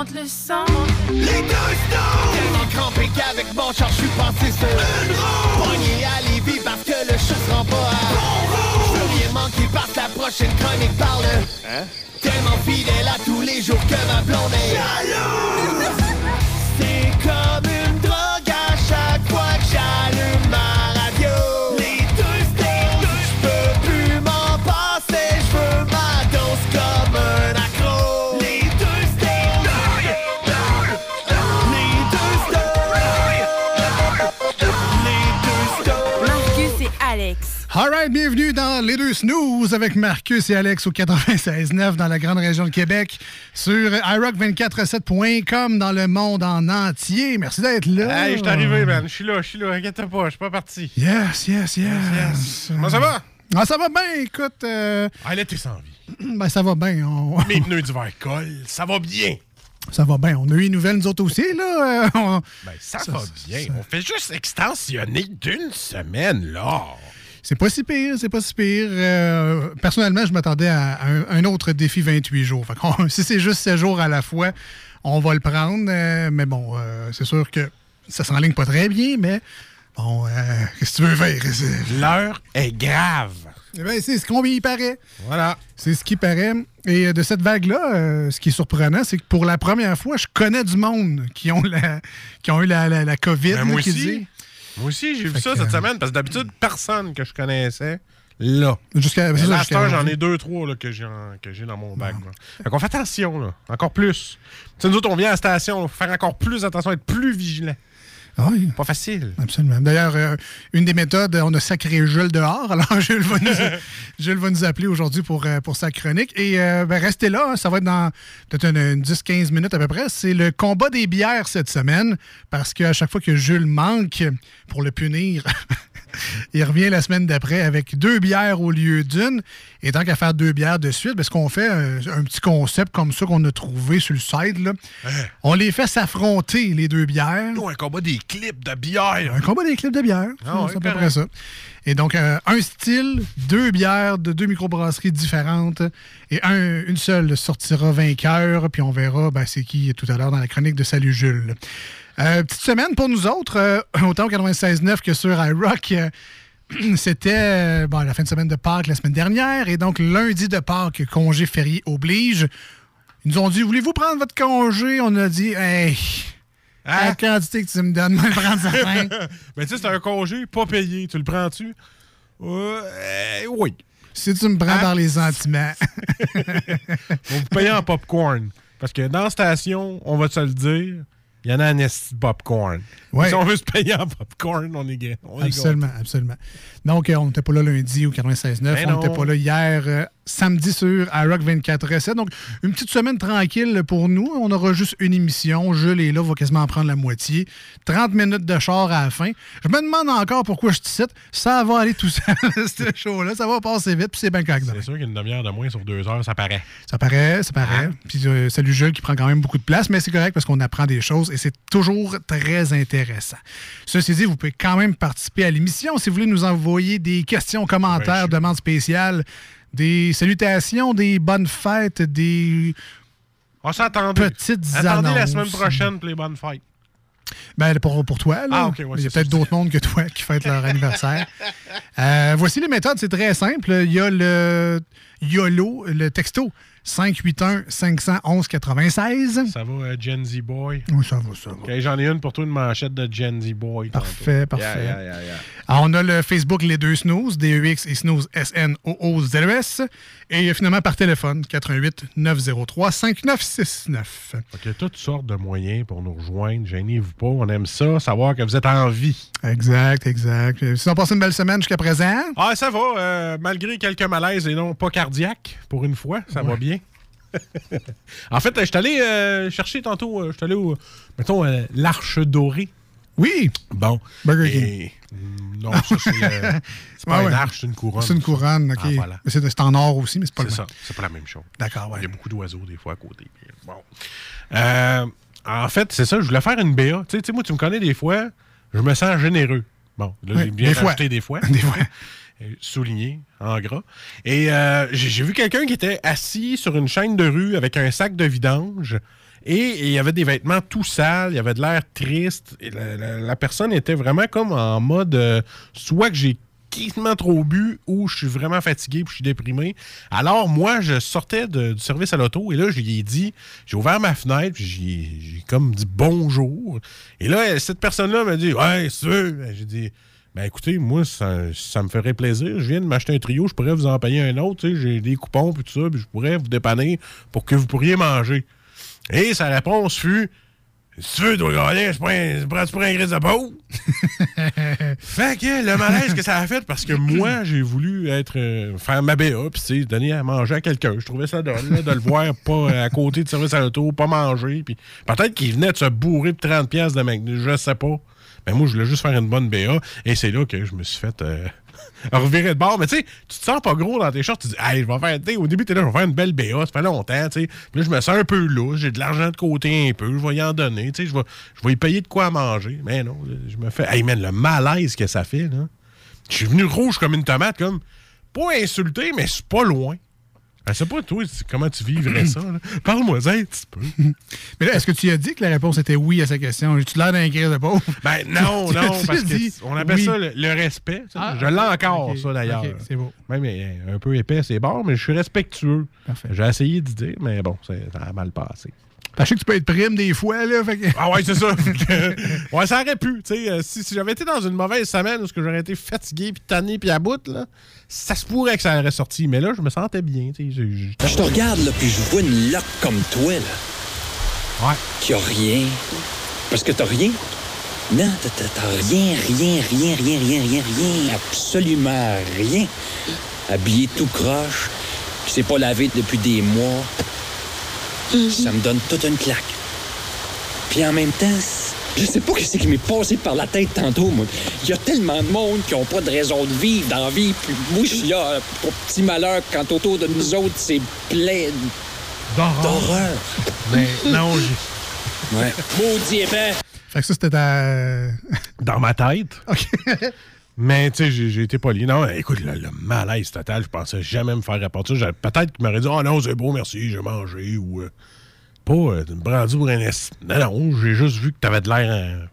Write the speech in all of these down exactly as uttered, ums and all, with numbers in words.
monte le sang. Les deux stones! Tellement crampé qu'avec mon char, j'suis passé sur une roue. Pogné à Lévis parce que le show se rend pas à bon. J'veux rien manquer parce que la prochaine chronique parle. Hein? Tellement fidèle à tous les jours que ma blonde est jalouse. C'est comme une drogue à chaque fois que j'allume ma radio. Les deux stones, j'peux plus m'en passer, j'veux ma dose comme un accro. Les deux stones, les deux stones, les deux stones. Marcus et Alex. Alright, bienvenue dans Les Deux Snooze avec Marcus et Alex au quatre-vingt-seize neuf dans la grande région de Québec sur i rock vingt-quatre sept point com dans le monde en entier. Merci d'être là. Hey, je suis arrivé, man. Je suis là, je suis là. Inquiète pas, je suis pas parti. Yes, yes, yes. Yes, yes. Comment ça va? Ah, ça va bien, écoute. Euh... Ah, l'été sans vie. Ben, ça va bien. On... Mes pneus d'hiver collent, ça va bien. Ça va bien. On a eu une nouvelle, nous autres aussi, là. On... Ben, ça, ça va bien. Ça... On fait juste extensionner d'une semaine, là. C'est pas si pire, c'est pas si pire. Euh, personnellement, je m'attendais à un, un autre défi vingt-huit jours. Fait qu'on, si c'est juste sept jours à la fois, on va le prendre. Euh, mais bon, euh, c'est sûr que ça s'enligne pas très bien, mais bon, euh, qu'est-ce que tu veux faire? L'heure est grave. Eh bien, c'est ce qu'on y paraît. Voilà. C'est ce qui paraît. Et de cette vague-là, euh, ce qui est surprenant, c'est que pour la première fois, je connais du monde qui ont, la, qui ont eu la, la, la COVID. Ben, moi là, qui aussi. dit. Moi aussi, j'ai vu Fait ça que, cette euh... semaine, parce que d'habitude, personne que je connaissais, là. Jusqu'à Mais ça, là, jusqu'à j'en ai deux, trois là, que, j'ai en, que j'ai dans mon bac. Là. Fait qu'on fait attention, là. Encore plus. Tu sais, nous autres, on vient à la station, il faut faire encore plus attention, être plus vigilant. Ah oui. Pas facile. Absolument. D'ailleurs, euh, une des méthodes, on a sacré Jules dehors. Alors, Jules va nous, Jules va nous appeler aujourd'hui pour, euh, pour sa chronique. Et euh, ben, restez là. Hein, ça va être dans peut-être une, une dix à quinze minutes à peu près. C'est le combat des bières cette semaine. Parce qu'à chaque fois que Jules manque, pour le punir, il revient la semaine d'après avec deux bières au lieu d'une. Et tant qu'à faire deux bières de suite, ben, ce qu'on fait, un, un petit concept comme ça qu'on a trouvé sur le site, là, hein? On les fait s'affronter, les deux bières. Oh, un combat des clips de bière. Un combat des clips de bière. Ah ouais, c'est à peu près ça. Et donc, euh, un style, deux bières de deux microbrasseries différentes. Et un, une seule sortira vainqueur. Puis on verra ben, c'est qui tout à l'heure dans la chronique de Salut Jules. Euh, petite semaine pour nous autres, euh, autant au quatre-vingt-seize neuf que sur iRock. Euh, C'était euh, bon, la fin de semaine de Pâques la semaine dernière. Et donc, lundi de Pâques, congé férié oblige. Ils nous ont dit, voulez-vous prendre votre congé? On a dit, hey, hein? La quantité que tu me donnes, moi, prendre sa fin. Ben, tu sais, c'est un congé pas payé. Tu le prends-tu? Euh, oui. Si tu me prends hein? Par les sentiments. On vous paye en popcorn. Parce que dans la station, on va te le dire, il y en a un esti de popcorn. Ouais. Si on veut se payer en popcorn, on est on Absolument, est absolument. Donc, euh, on n'était pas là lundi au quatre-vingt-seize neuf. Ben on n'était pas là hier, euh, samedi sur iRock vingt-quatre sept. Donc, une petite semaine tranquille pour nous. On aura juste une émission. Jules est là, va quasiment en prendre la moitié. trente minutes de char à la fin. Je me demande encore pourquoi je te cite. Ça va aller tout seul, ce show-là. Ça va passer vite, puis c'est bien correct. C'est sûr qu'une demi-heure de moins sur deux heures, ça paraît. Ça paraît, ça paraît. Hein? Puis, euh, salut Jules qui prend quand même beaucoup de place, mais c'est correct parce qu'on apprend des choses et c'est toujours très intéressant. Ceci dit, vous pouvez quand même participer à l'émission si vous voulez nous envoyer des questions, commentaires, ben, demandes spéciales, des salutations, des bonnes fêtes, des on s'attendait. Petites Attendez annonces. La semaine prochaine pour les bonnes fêtes. Ben, pour, pour toi, là. Ah, okay, ouais, il y a peut-être ça, d'autres mondes que toi qui fêtent leur anniversaire. Euh, voici les méthodes, c'est très simple. Il y a le YOLO, le texto. cinq huit un cinq un un quatre-vingt-seize. Ça va, euh, Gen Z Boy? Oui, ça va, ça va. Okay, j'en ai une pour toi, une manchette de Gen Z Boy. Parfait, tantôt. parfait. Yeah, yeah, yeah, yeah. Alors, on a le Facebook Les Deux Snooze, D E X et Snooze S N O O Z E S. Et finalement, par téléphone, quatre un huit neuf zéro trois cinq neuf six neuf. Il y a toutes sortes de moyens pour nous rejoindre. Gênez-vous pas. On aime ça, savoir que vous êtes en vie. Exact, exact. Si on passe une belle semaine jusqu'à présent? Ah, ça va. Euh, malgré quelques malaises et non pas cardiaques, pour une fois, ça ouais. va bien. En fait, je suis allé euh, chercher tantôt, euh, je suis allé au, mettons, euh, l'Arche Dorée. Oui! Bon. Burger King. Non, ça, c'est, le, c'est pas ah, une ouais. arche, c'est une couronne. C'est une couronne, OK. Ah, voilà. Mais c'est, c'est en or aussi, mais c'est pas c'est le ça. même. C'est pas la même chose. D'accord, ouais. Il y a beaucoup d'oiseaux, des fois, à côté. Bon. Euh, en fait, c'est ça, je voulais faire une B A. Tu sais, moi, tu me connais des fois, je me sens généreux. Bon, là, oui, j'ai bien des fois. des fois. Des fois. Souligné en gras. Et euh, j'ai, j'ai vu quelqu'un qui était assis sur une chaîne de rue avec un sac de vidange Et il y avait des vêtements tout sales, il y avait de l'air triste. Et la, la, la personne était vraiment comme en mode euh, soit que j'ai quasiment trop bu ou je suis vraiment fatigué puis je suis déprimé. Alors, moi, je sortais de, du service à l'auto et là, je lui ai dit, j'ai ouvert ma fenêtre puis j'ai, j'ai comme dit bonjour. Et là, cette personne-là m'a dit, ouais, c'est sûr. J'ai dit, ben écoutez, moi, ça, ça me ferait plaisir. Je viens de m'acheter un trio, je pourrais vous en payer un autre. Tu sais, j'ai des coupons puis tout ça, puis je pourrais vous dépanner pour que vous pourriez manger. Et sa réponse fut, si tu veux, toi, gagner, je prends tu prends un gris de peau. Fait que le malaise que ça a fait, parce que moi, j'ai voulu être euh, faire ma B A, puis tu sais, donner à manger à quelqu'un. Je trouvais ça drôle, là, de le voir pas à côté de service à l'auto, pas manger. Puis peut-être qu'il venait de se bourrer de trente piastres de mec, je sais pas. Mais moi, je voulais juste faire une bonne B A, et c'est là que je me suis fait euh, revirer de bord. Mais tu sais, tu te sens pas gros dans tes shorts, tu dis, hey, je vais faire, tu sais, au début, t'es là, je vais faire une belle B A, ça fait longtemps, tu sais. Puis là, je me sens un peu louche, j'ai de l'argent de côté un peu, je vais y en donner, tu sais, je vais, je vais y payer de quoi à manger. Mais non, je me fais, hey man, le malaise que ça fait, là. Je suis venu rouge comme une tomate, comme, pas insulté, mais c'est pas loin. Je sais pas, toi, comment tu vivrais ça, là? Parle-moi ça un petit peu. Mais là, est-ce que tu as dit que la réponse était oui à sa question? J'ai-tu l'air d'un gris de pauvre? Ben non, tu, non, tu parce qu'on appelle oui. ça le, le respect. Ah, je l'ai encore, okay, ça, d'ailleurs. OK, c'est beau. Même un peu épais, c'est bon, mais je suis respectueux. Parfait. J'ai essayé d'y dire, mais bon, ça a mal passé. Je sais que tu peux être prime des fois, là. Fait que... Ah ouais, c'est ça. Ouais, ça aurait pu. Tu sais, euh, si, si j'avais été dans une mauvaise semaine où j'aurais été fatigué, puis tanné, puis à bout, là, ça se pourrait que ça aurait sorti. Mais là, je me sentais bien. Tu sais, je, je te regarde, là, puis je vois une loque comme toi, là. Ouais. Qui a rien. Parce que t'as rien. Non, t'as, t'as, t'as rien, rien, rien, rien, rien, rien, rien. Absolument rien. Habillé tout croche, qui s'est pas lavé depuis des mois. Ça me donne toute une claque. Puis en même temps, je sais pas ce qui m'est passé par la tête tantôt, moi. Il y a tellement de monde qui ont pas de raison de vivre dans la vie. Puis moi, je suis là pour petit malheur quand autour de nous autres, c'est plein d'horreur. d'horreur. Mais non, j'ai... Ouais. Maudit épais. Fait que ça, c'était ta... Dans ma tête. OK. Mais, tu sais, j'ai, j'ai été poli. Non, écoute, le, le malaise total, je pensais jamais me faire rapporter ça. Peut-être qu'il m'aurait dit « Oh non, c'est beau, merci, j'ai mangé. » Ou euh, pas euh, une brandie pour un es... Non, non, j'ai juste vu que t'avais de l'air euh,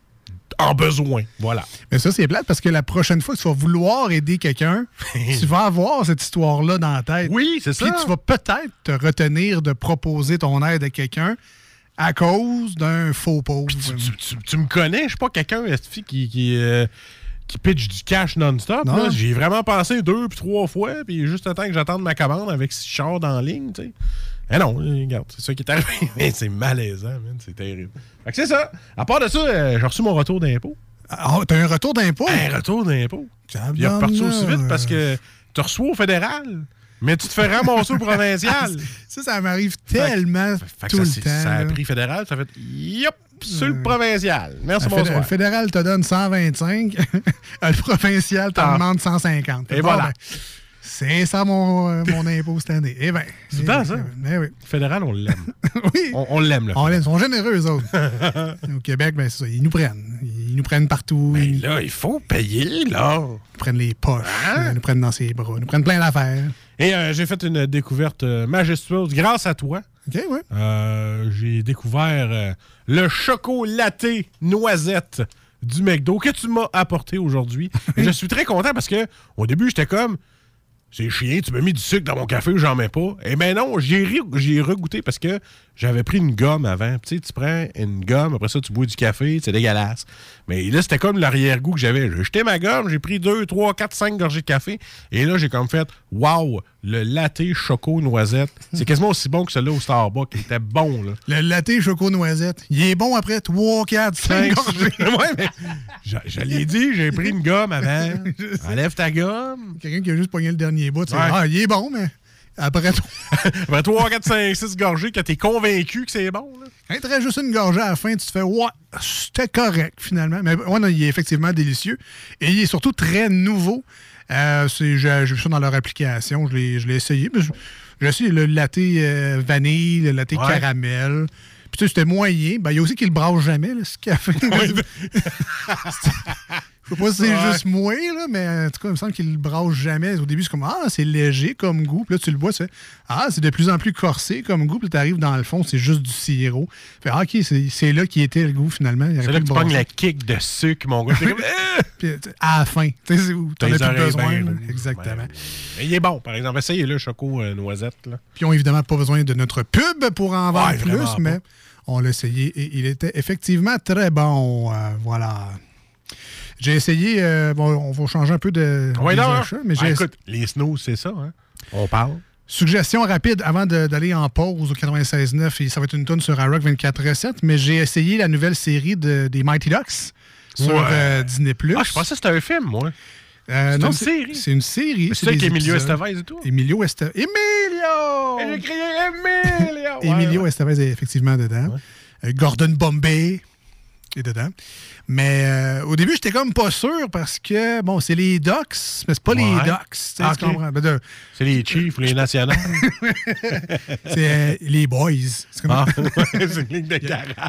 en besoin. Voilà. Mais ça, c'est plate parce que la prochaine fois que tu vas vouloir aider quelqu'un, tu vas avoir cette histoire-là dans la tête. Oui, c'est ça. Puis tu vas peut-être te retenir de proposer ton aide à quelqu'un à cause d'un faux pauvre. Tu, tu, tu, tu me connais, je suis pas quelqu'un qui... qui euh, qui pitch du cash non-stop. Là. J'ai vraiment pensé deux puis trois fois, puis juste le temps que j'attende ma commande avec six chars dans la ligne, tu sais. Eh non, regarde, c'est ça qui est arrivé. C'est malaisant, man, c'est terrible. Fait que c'est ça. À part de ça, euh, j'ai reçu mon retour d'impôt. Ah, t'as un retour d'impôt? Un retour d'impôt. Il est reparti aussi vite parce que tu reçois au fédéral, mais tu te fais ramasser au provincial. Ça, ça m'arrive tellement fait, fait tout ça, le temps. Ça a là. pris fédéral, ça fait yop! Sur le provincial. Merci, le bonsoir. Le fédéral te donne cent vingt-cinq, le provincial te ah. demande cent cinquante. Et bon, voilà. Ben, c'est ça mon, mon impôt cette année. Eh bien. C'est bien ça. Eh oui. Le fédéral, on l'aime. Oui. On, on l'aime, là. On l'aime. Ils sont généreux, eux autres. Au Québec, ben, c'est ça. Ils nous prennent. Ils nous prennent partout. Mais ils... là, il faut payer, là. Ils nous prennent les poches. Hein? Ils nous prennent dans ses bras. Ils nous prennent plein d'affaires. Et euh, j'ai fait une découverte euh, majestueuse grâce à toi. OK, oui. Euh, j'ai découvert euh, le Choco Latte Noisette du McDo que tu m'as apporté aujourd'hui. Et je suis très content parce que au début, j'étais comme... C'est chiant, tu m'as mis du sucre dans mon café ou j'en mets pas. Eh bien non, j'ai, ri- j'ai regoûté parce que j'avais pris une gomme avant. Tu sais, tu prends une gomme, après ça, tu bois du café, c'est dégueulasse. Mais là, c'était comme l'arrière-goût que j'avais. J'ai jeté ma gomme, j'ai pris deux, trois, quatre, cinq gorgées de café. Et là, j'ai comme fait, waouh, le latte choco noisette. C'est quasiment aussi bon que celui-là au Starbucks. Il était bon, là. Le latte choco noisette. Il est bon après trois, quatre, cinq gorgées. Ouais, mais je, je l'ai dit, j'ai pris une gomme avant. Enlève ta gomme. Quelqu'un qui a juste pogné le dernier bout. Ouais. Ah, il est bon, mais après après trois, quatre, cinq, six gorgées, que t'es convaincu que c'est bon, là. Quand il te reste juste une gorgée à la fin, tu te fais « Ouais, c'était correct, finalement. » Mais ouais, non, il est effectivement délicieux. Et il est surtout très nouveau. Euh, c'est, j'ai, j'ai vu ça dans leur application. Je l'ai, je l'ai essayé. J'ai essayé le latte euh, vanille, le latte ouais. caramel. Puis tu sais, c'était moyen. Ben, il y a aussi qui le brasse jamais, là, ce café. Ouais. Je sais pas si c'est Ouais. juste moi, là, mais en tout cas, il me semble qu'il le brasse jamais. Au début, c'est comme, ah, c'est léger comme goût. Puis là, tu le bois, tu fais, ah, c'est de plus en plus corsé comme goût. Puis tu arrives dans le fond, c'est juste du sirop. Fait, ah, OK, c'est, c'est là qui était le goût, finalement. Il aurait C'est pu là que le tu pognes brasser. la kick de sucre, mon gars. T'es comme, Ah! Puis, tu sais, à la fin. Tu sais, c'est où t'en as Les plus oreilles besoin. bien là. rouges. Exactement. Ben, mais il est bon, par exemple. Essayez-le, Choco euh, Noisette. Là. Puis ils n'ont évidemment pas besoin de notre pub pour en vendre Ouais, plus, vraiment mais pas. on l'a essayé et il était effectivement très bon. Euh, voilà. J'ai essayé, euh, bon, on va changer un peu de Ouais, des non, achats, mais j'ai ah, écoute, les snooze, c'est ça, hein? On parle. Suggestion rapide avant de- d'aller en pause au quatre-vingt-seize neuf, et ça va être une tonne sur iRock vingt-quatre sept, mais j'ai essayé la nouvelle série de, des Mighty Ducks sur Ouais. euh, Disney plus. Ah, je pensais que c'était un film, moi. Euh, c'est non, une c'est- série. C'est une série. C'est avec des Emilio épisodes. Estevez et tout. Emilio Estevez. Emilio! J'ai crié Emilio! Ouais, Emilio ouais. Estevez est effectivement dedans. Ouais. Euh, Gordon Bombay est dedans. Mais euh, au début, j'étais comme pas sûr parce que, bon, c'est les Ducks, mais c'est pas les Ouais. Ducks. tu sais, Ah, tu ok. comprends? Ben, de- C'est les Chiefs ou les Nationals. c'est euh, les Boys. C'est comme- Ah, ouais, c'est une ligne de garage.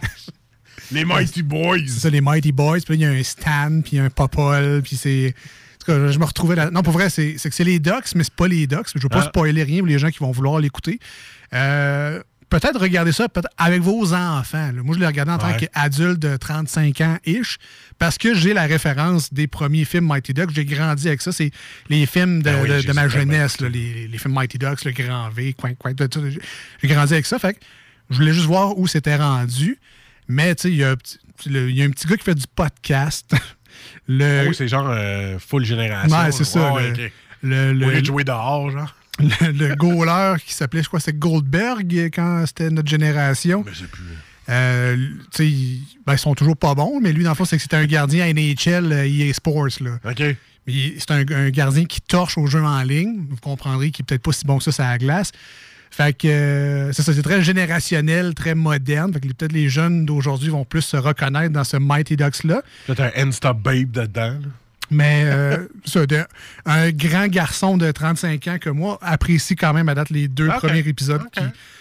Les Mighty Boys. C'est ça, les Mighty Boys. Puis là, il y a un Stan, puis un Popol, puis c'est... En tout cas, je me retrouvais là. Non, pour vrai, c'est, c'est que c'est les Ducks, mais c'est pas les Ducks. Je veux pas Ah. spoiler rien pour les gens qui vont vouloir l'écouter. Euh, peut-être regarder ça peut-être avec vos enfants. là. Moi, je l'ai regardé en tant Ouais. qu'adulte de trente-cinq ans-ish, parce que j'ai la référence des premiers films Mighty Ducks. J'ai grandi avec ça. C'est les films de, Ben oui, de- j'ai de ma super bien jeunesse, là, les, les films Mighty Ducks, le Grand V, Quack, Quack, tout ça. J'ai grandi avec ça. Fait que je voulais juste voir où c'était rendu. Mais, tu sais, il y a un petit- le- il y a un petit gars qui fait du podcast. Le, Ah oui, c'est genre euh, full génération. Ouais, c'est là. ça. Ouais, le, ok. le, le- Au lieu de jouer dehors, genre. le- le goaler qui s'appelait, je crois, c'est Goldberg quand c'était notre génération. Mais c'est plus. Euh, tu sais, ils ben, ils sont toujours pas bons, mais lui, dans le fond, c'est que c'était un gardien à N H L euh, E A Sports. Là. OK. Mais il- c'est un, un gardien qui torche au jeu en ligne. Vous comprendrez qu'il est peut-être pas si bon que ça sur la glace. Fait que euh, c'est ça, c'est très générationnel, très moderne. Fait que les- peut-être les jeunes d'aujourd'hui vont plus se reconnaître dans ce Mighty Ducks-là. Là, t'as un Insta Babe dedans. là. Mais euh, ça, de- un grand garçon de trente-cinq ans comme moi apprécie quand même à date les deux Ok. premiers épisodes Ok. qui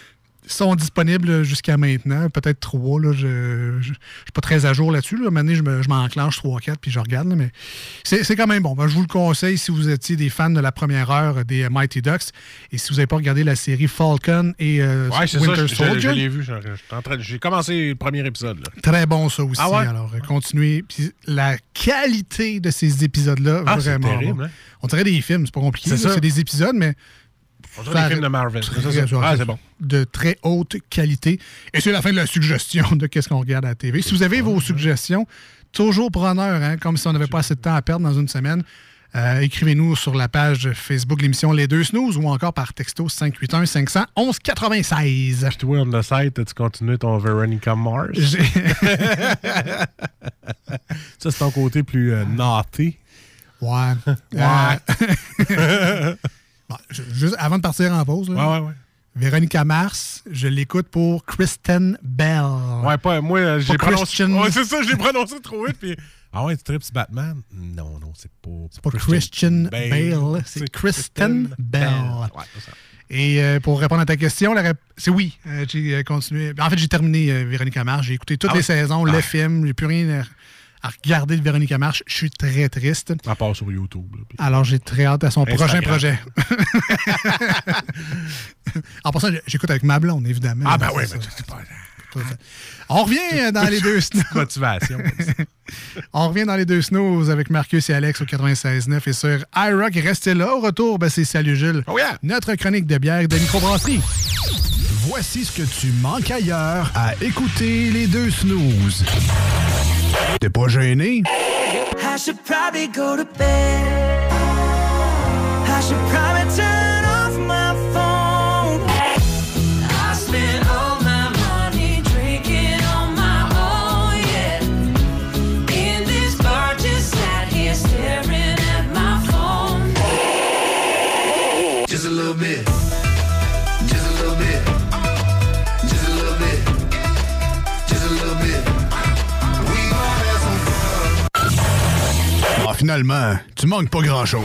sont disponibles jusqu'à maintenant. Peut-être trois. Là, je ne suis pas très à jour là-dessus. Là. Maintenant, je, me, je m'enclenche trois quatre puis je regarde. Là, mais c'est, c'est quand même bon. Ben, je vous le conseille si vous étiez des fans de la première heure des Mighty Ducks. Et si vous n'avez pas regardé la série Falcon et euh, Ouais, c'est Winter ça. Je, je- Soldier. je l'ai vu. Je- je- je suis en train de- J'ai commencé le premier épisode. Là. Très bon, ça aussi. Ah ouais? Alors, euh, continuez. Puis la qualité de ces épisodes-là, Ah, c'est vraiment. terrible, bon. hein? On dirait des films, c'est pas compliqué. C'est là. ça. C'est des épisodes, mais On dirait des films de Marvel. très- C'est ça. Ah, c'est bon. de très haute qualité. Et c'est la fin de la suggestion de qu'est-ce qu'on regarde à la T V. Si vous avez vos suggestions, toujours preneur, hein, comme si on n'avait pas assez de temps à perdre dans une semaine, euh, écrivez-nous sur la page Facebook de l'émission Les Deux Snooze ou encore par texto cinq huit un cinq zéro un un quatre-vingt-seize. Puis toi, on the site, tu continues ton Veronica Mars. J'ai- Ça, c'est ton côté plus euh, naughty. Ouais. Euh, bon, je- juste avant de partir en pause, là, Ouais, ouais, ouais. Véronica Mars, je l'écoute pour Kristen Bell. Ouais, pas, moi, euh, j'ai Pas prononcé. Christian. Ouais, c'est ça, je l'ai prononcé trop vite. Puis... Ah ouais, tu tripes sur Batman? Non, non, c'est pas. C'est pas Christian Bale, c'est Kristen Bell. Ouais, c'est ça. Et euh, pour répondre à ta question, la rép- c'est oui. Euh, j'ai euh, continué. En fait, j'ai terminé euh, Véronica Mars. J'ai écouté toutes Ah les ouais? saisons, Ah. le film. J'ai plus rien à, à regarder de Véronica Mars. Je suis très triste. À part sur YouTube. Là, puis- Alors, j'ai très hâte à son prochain Instagram. projet. En passant, j'écoute avec ma blonde, évidemment. Ah, ben C'est oui, ça. mais c'est pas. On revient dans les deux snows. Motivation. On revient dans les deux snows avec Marcus et Alex au quatre-vingt-seize neuf et sur iRock. Restez là. Au retour, ben, c'est Salut Jules. Oh yeah! Notre chronique de bière et de microbrasserie. Voici ce que tu manques ailleurs à écouter les deux snooze. T'es pas gêné? I should probably go to bed. I should probably turn off my phone. I spent all my money drinking on my own, yeah. In this bar, just sat here staring at my phone. Just a little bit. Just a little bit. Just a little bit. Just a little bit. We gon' have some fun. Ah, finalement, tu manques pas grand-chose.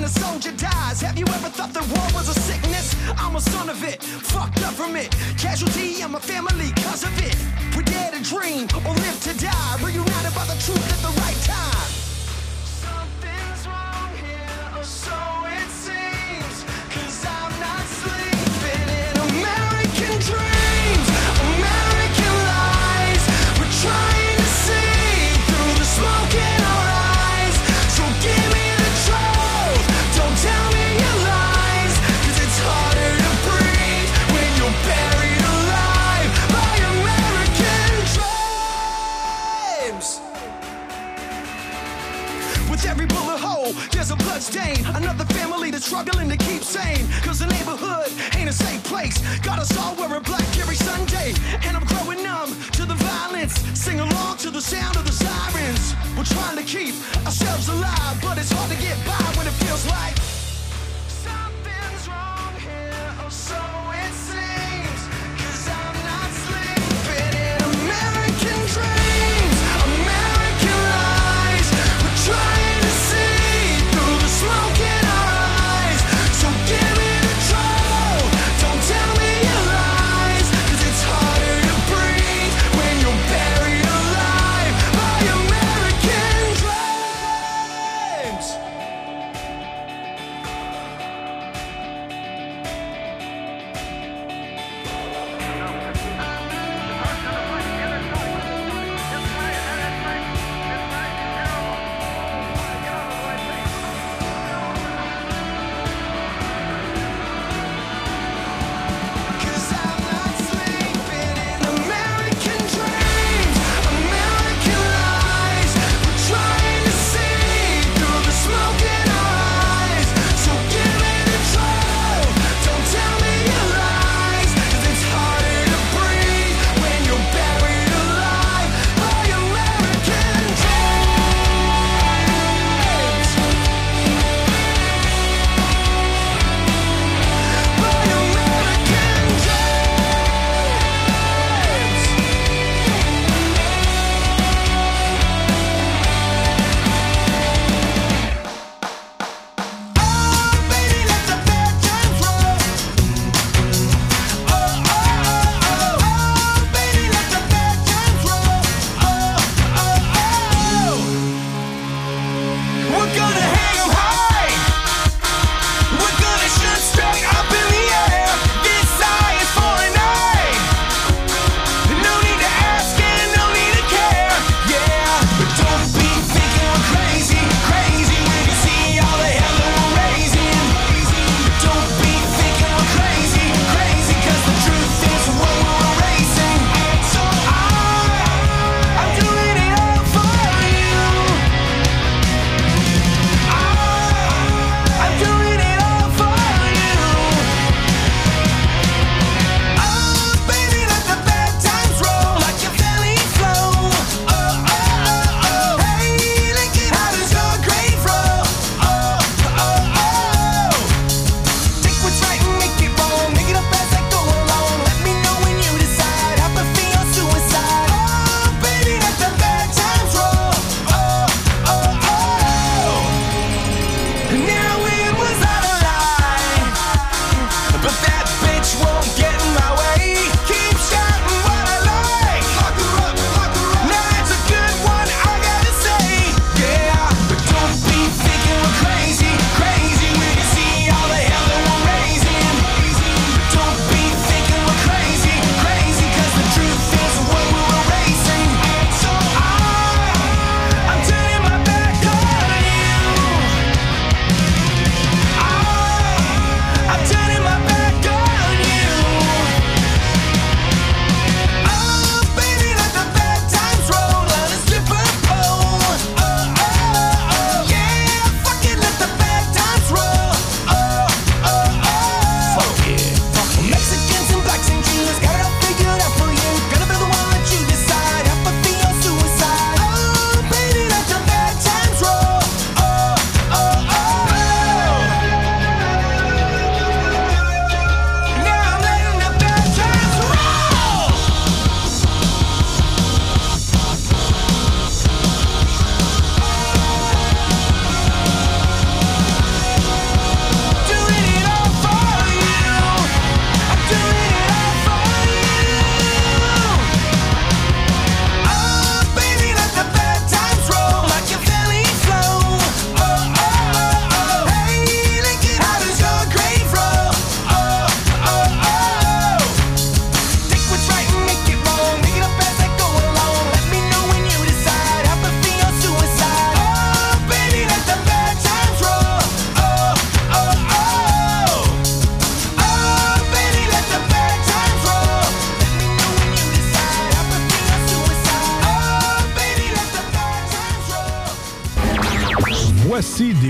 a soldier dies. Have you ever thought that war was a sickness? I'm a son of it, fucked up from it. Casualty in my family cause of it. We dare to dream or live to die. Reunited by the truth at the right time. Something's wrong here, or so it seems. Cause I'm not sleeping in American dreams, American lies. We're trying to see through the smoke in our eyes. So give me the truth, don't tell me your lies. Cause it's harder to breathe when you're buried alive by American dreams. With every bullet hole, there's a blood stain. Another family that's struggling to keep sane. Cause the neighborhood ain't a safe place. Got us all wearing black every Sunday. And I'm growing numb to the violence. Sing along to the sound of the sirens. We're trying to keep ourselves alive, but it's hard to get by when it feels like something's wrong here, or so it seems. Cause I'm not sleeping in American dreams, American lies. We're trying to see through the smoke in our eyes. So give me the truth, don't tell me your lies. Cause it's harder to breathe when you're buried alive by American dreams.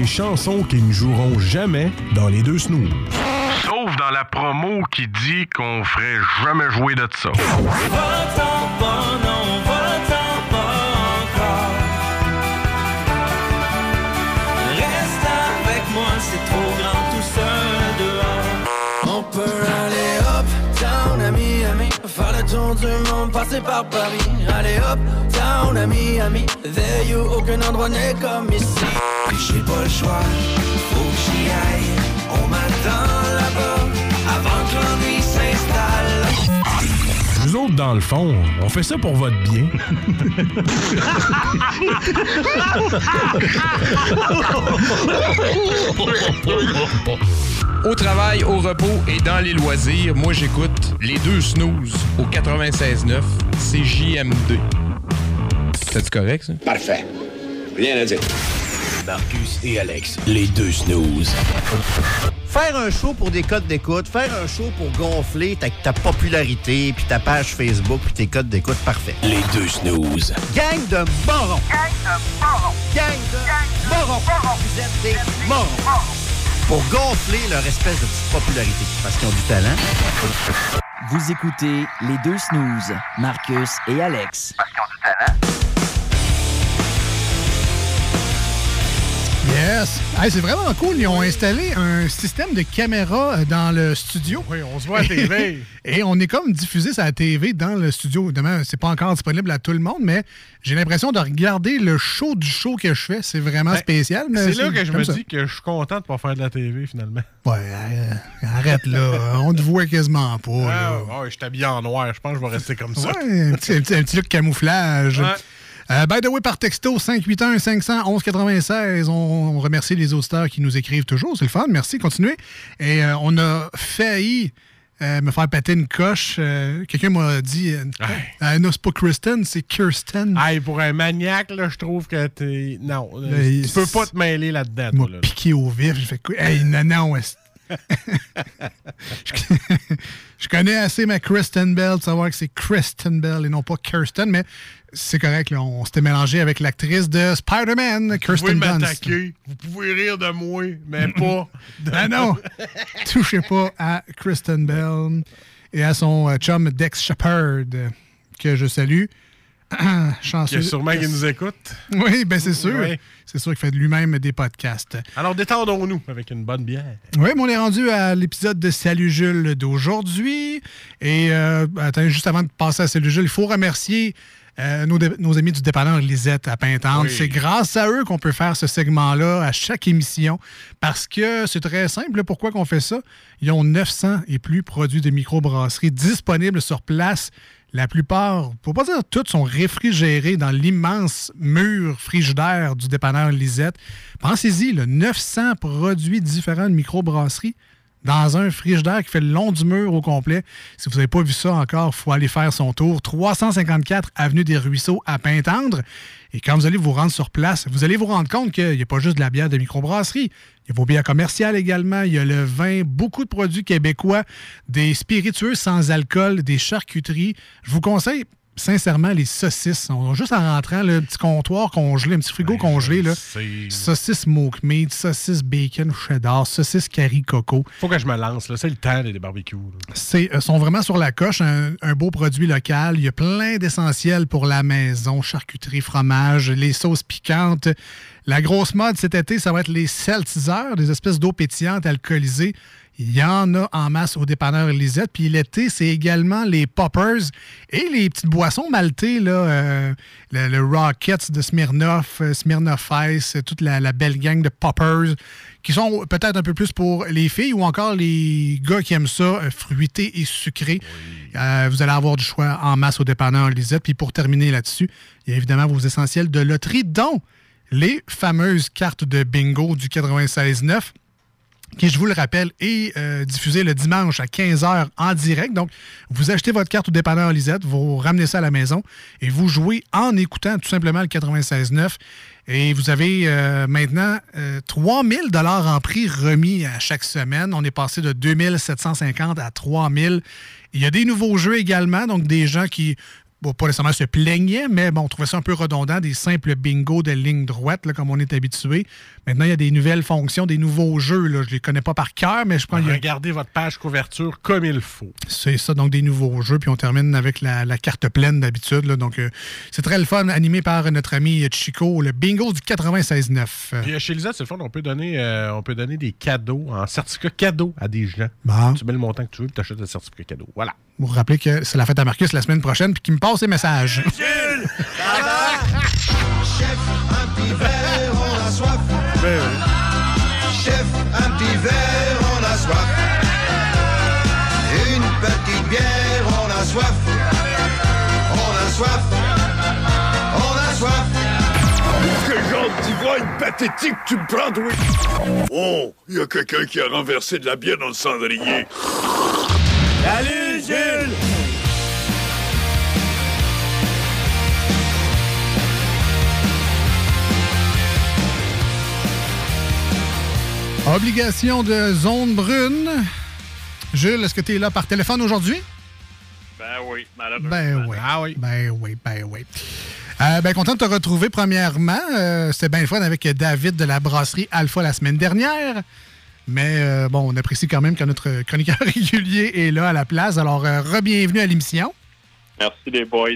des chansons qui ne joueront jamais dans les deux snooze. Sauf dans la promo qui dit qu'on ferait jamais jouer de ça. Va-t'en pas, non, va-t'en pas encore. Reste avec moi, c'est trop grand tout seul dehors. On peut aller up, down à Miami, faire le tour du monde, passer par Paris. Aller up, down à Miami, there you, aucun endroit n'est comme ici. Puis j'ai pas le choix, faut que j'y aille. On m'attend là-bas, avant que l'ennui s'installe. Vous autres, dans le fond, on fait ça pour votre bien. Au travail, au repos et dans les loisirs, moi j'écoute les deux snooze au quatre-vingt-seize neuf C J M D. C'est correct, ça? Parfait. Rien à dire. Marcus et Alex, les deux snooze. Faire un show pour des codes d'écoute, faire un show pour gonfler ta, ta popularité, puis ta page Facebook, puis tes codes d'écoute, parfait. Les deux snooze. Gang de morons! Gang de morons! Gang de morons! Vous êtes des morons! Pour gonfler leur espèce de petite popularité, parce qu'ils ont du talent. Vous écoutez les deux snooze, Marcus et Alex. Parce qu'ils ont du talent. Yes! Hey, c'est vraiment cool. Ils ont installé un système de caméra dans le studio. Oui, on se voit à la T V. Et on est comme diffusé sur la T V dans le studio. Évidemment, c'est pas encore disponible à tout le monde, mais j'ai l'impression de regarder le show du show que je fais. C'est vraiment Ben, spécial. Mais C'est là que je me ça. dis que je suis content de pas faire de la T V, finalement. Ouais, euh, arrête là. On te voit quasiment pas. Là. Ah, ouais, je suis habillé en noir. Je pense que je vais rester comme ça. Ouais, un petit, un petit, un petit look camouflage. Ouais. Euh, by the way, par texto, cinq huit un cinq cents onze quatre-vingt-seize, on, on remercie les auditeurs qui nous écrivent toujours. C'est le fun. Merci, continuez. Et euh, on a failli euh, me faire péter une coche. Euh, quelqu'un m'a dit euh, euh, non, c'est pas Kristen, c'est Kirsten. Hey, pour un maniaque, là, je trouve que t'es. Non, là, Ben, tu peux pas te mêler là-dedans. Il m'a toi, là. piqué au vif. J'ai fait quoi? Hey, non, non. est- je, je connais assez ma Kristen Bell de savoir que c'est Kristen Bell et non pas Kirsten, mais c'est correct. Là, on s'était mélangé avec l'actrice de Spider-Man, Vous pouvez Kirsten Dunst. m'attaquer, vous pouvez rire de moi, mais pas de Ah non! Touchez pas à Kristen Bell et à son euh, chum Dex Shepard, euh, que je salue. Chanceux. Qu'il y a sûrement qui nous écoute. Oui, ben c'est sûr. Oui. C'est sûr qu'il fait de lui-même des podcasts. Alors, détendons-nous avec une bonne bière. Oui, mais on est rendu à l'épisode de Salut Jules d'aujourd'hui. Et euh, attends, juste avant de passer à Salut Jules, il faut remercier euh, nos, dé- nos amis du dépanneur Lisette à Pintante. Oui. C'est grâce à eux qu'on peut faire ce segment-là à chaque émission. Parce que c'est très simple. Pourquoi qu'on fait ça? Ils ont neuf cents et plus produits de microbrasserie disponibles sur place. La plupart, pour pas dire toutes, sont réfrigérés dans l'immense mur frigidaire du dépanneur Lisette. Pensez-y, là, neuf cents produits différents de microbrasserie dans un frigidaire qui fait le long du mur au complet. Si vous n'avez pas vu ça encore, il faut aller faire son tour. trois cent cinquante-quatre Avenue des Ruisseaux à Pintendre. Et quand vous allez vous rendre sur place, vous allez vous rendre compte qu'il n'y a pas juste de la bière de microbrasserie. Il y a vos bières commerciales également. Il y a le vin, beaucoup de produits québécois, des spiritueux sans alcool, des charcuteries. Je vous conseille sincèrement les saucisses. On a juste en rentrant, le petit comptoir congelé, un petit frigo Ben, congelé. Là. c'est- Saucisse smoke meat, saucisse bacon cheddar, saucisse curry coco. Faut que je me lance, là. C'est le temps des barbecues. là. C'est euh, sont vraiment sur la coche, un, un beau produit local. Il y a plein d'essentiels pour la maison, charcuterie, fromage, les sauces piquantes. La grosse mode cet été, ça va être les seltzers, des espèces d'eau pétillante alcoolisée. Il y en a en masse au dépanneur Lisette. Puis l'été, c'est également les poppers et les petites boissons maltées, là, euh, le, le Rockets de Smirnoff, euh, Smirnoff Ice, euh, toute la, la belle gang de poppers qui sont peut-être un peu plus pour les filles ou encore les gars qui aiment ça, euh, fruité et sucré. Euh, vous allez avoir du choix en masse au dépanneur Lisette. Puis pour terminer là-dessus, il y a évidemment vos essentiels de loterie, dont les fameuses cartes de bingo du quatre-vingt-seize neuf. Qui, je vous le rappelle, est euh, diffusé le dimanche à quinze heures en direct. Donc, vous achetez votre carte au dépanneur Lisette, vous ramenez ça à la maison et vous jouez en écoutant tout simplement le quatre-vingt-seize neuf. Et vous avez euh, maintenant euh, trois mille dollars en prix remis à chaque semaine. On est passé de deux mille sept cent cinquante à trois mille. Il y a des nouveaux jeux également, donc des gens qui bon, pas nécessairement se plaignaient, mais bon, on trouvait ça un peu redondant, des simples bingos de ligne droite, là, comme on est habitué. Maintenant, il y a des nouvelles fonctions, des nouveaux jeux. Là. Je les connais pas par cœur, mais je prends... Regardez votre page couverture comme il faut. C'est ça, donc des nouveaux jeux. Puis on termine avec la, la carte pleine d'habitude. Là. Donc, euh, c'est très le fun, animé par notre ami Chico, le bingo du quatre-vingt-seize neuf. Puis chez Lisette, c'est le fun, on peut donner, euh, on peut donner des cadeaux, en certificat cadeau à des gens. Bon. Tu mets le montant que tu veux, puis tu achètes le certificat cadeau. Voilà. Vous vous rappelez que c'est la fête à Marcus la semaine prochaine, puis qu'il me passe ses messages. Jules, ça va? Chef, un petit verre, on a soif. Ben oui. Chef, un petit verre, on a soif. Une petite bière, on a soif. On a soif. On a soif. Quel genre d'ivrogne pathétique tu me prends, toi? Oh, il y a quelqu'un qui a renversé de la bière dans le cendrier. Salut, Jules! Obligation de zone brune. Jules, est-ce que tu es là par téléphone aujourd'hui? Ben oui, malheureusement. Ben oui. Ah oui. Ben oui, ben oui. Euh, ben content de te retrouver premièrement. Euh, C'était bien le fun avec David de la brasserie Alpha la semaine dernière. Mais euh, bon, on apprécie quand même que notre chroniqueur régulier est là à la place. Alors, euh, re-bienvenue à l'émission. Merci les boys.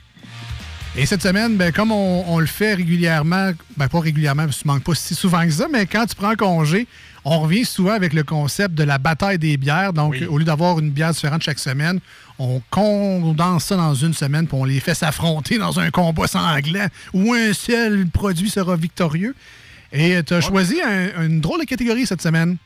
Et cette semaine, ben, comme on, on le fait régulièrement, ben pas régulièrement, parce que tu ne manques pas si souvent que ça, mais quand tu prends congé, on revient souvent avec le concept de la bataille des bières. Donc, oui. Au lieu d'avoir une bière différente chaque semaine, on condense ça dans une semaine puis on les fait s'affronter dans un combat sanglant où un seul produit sera victorieux. Et tu as ouais. choisi un, une drôle de catégorie cette semaine.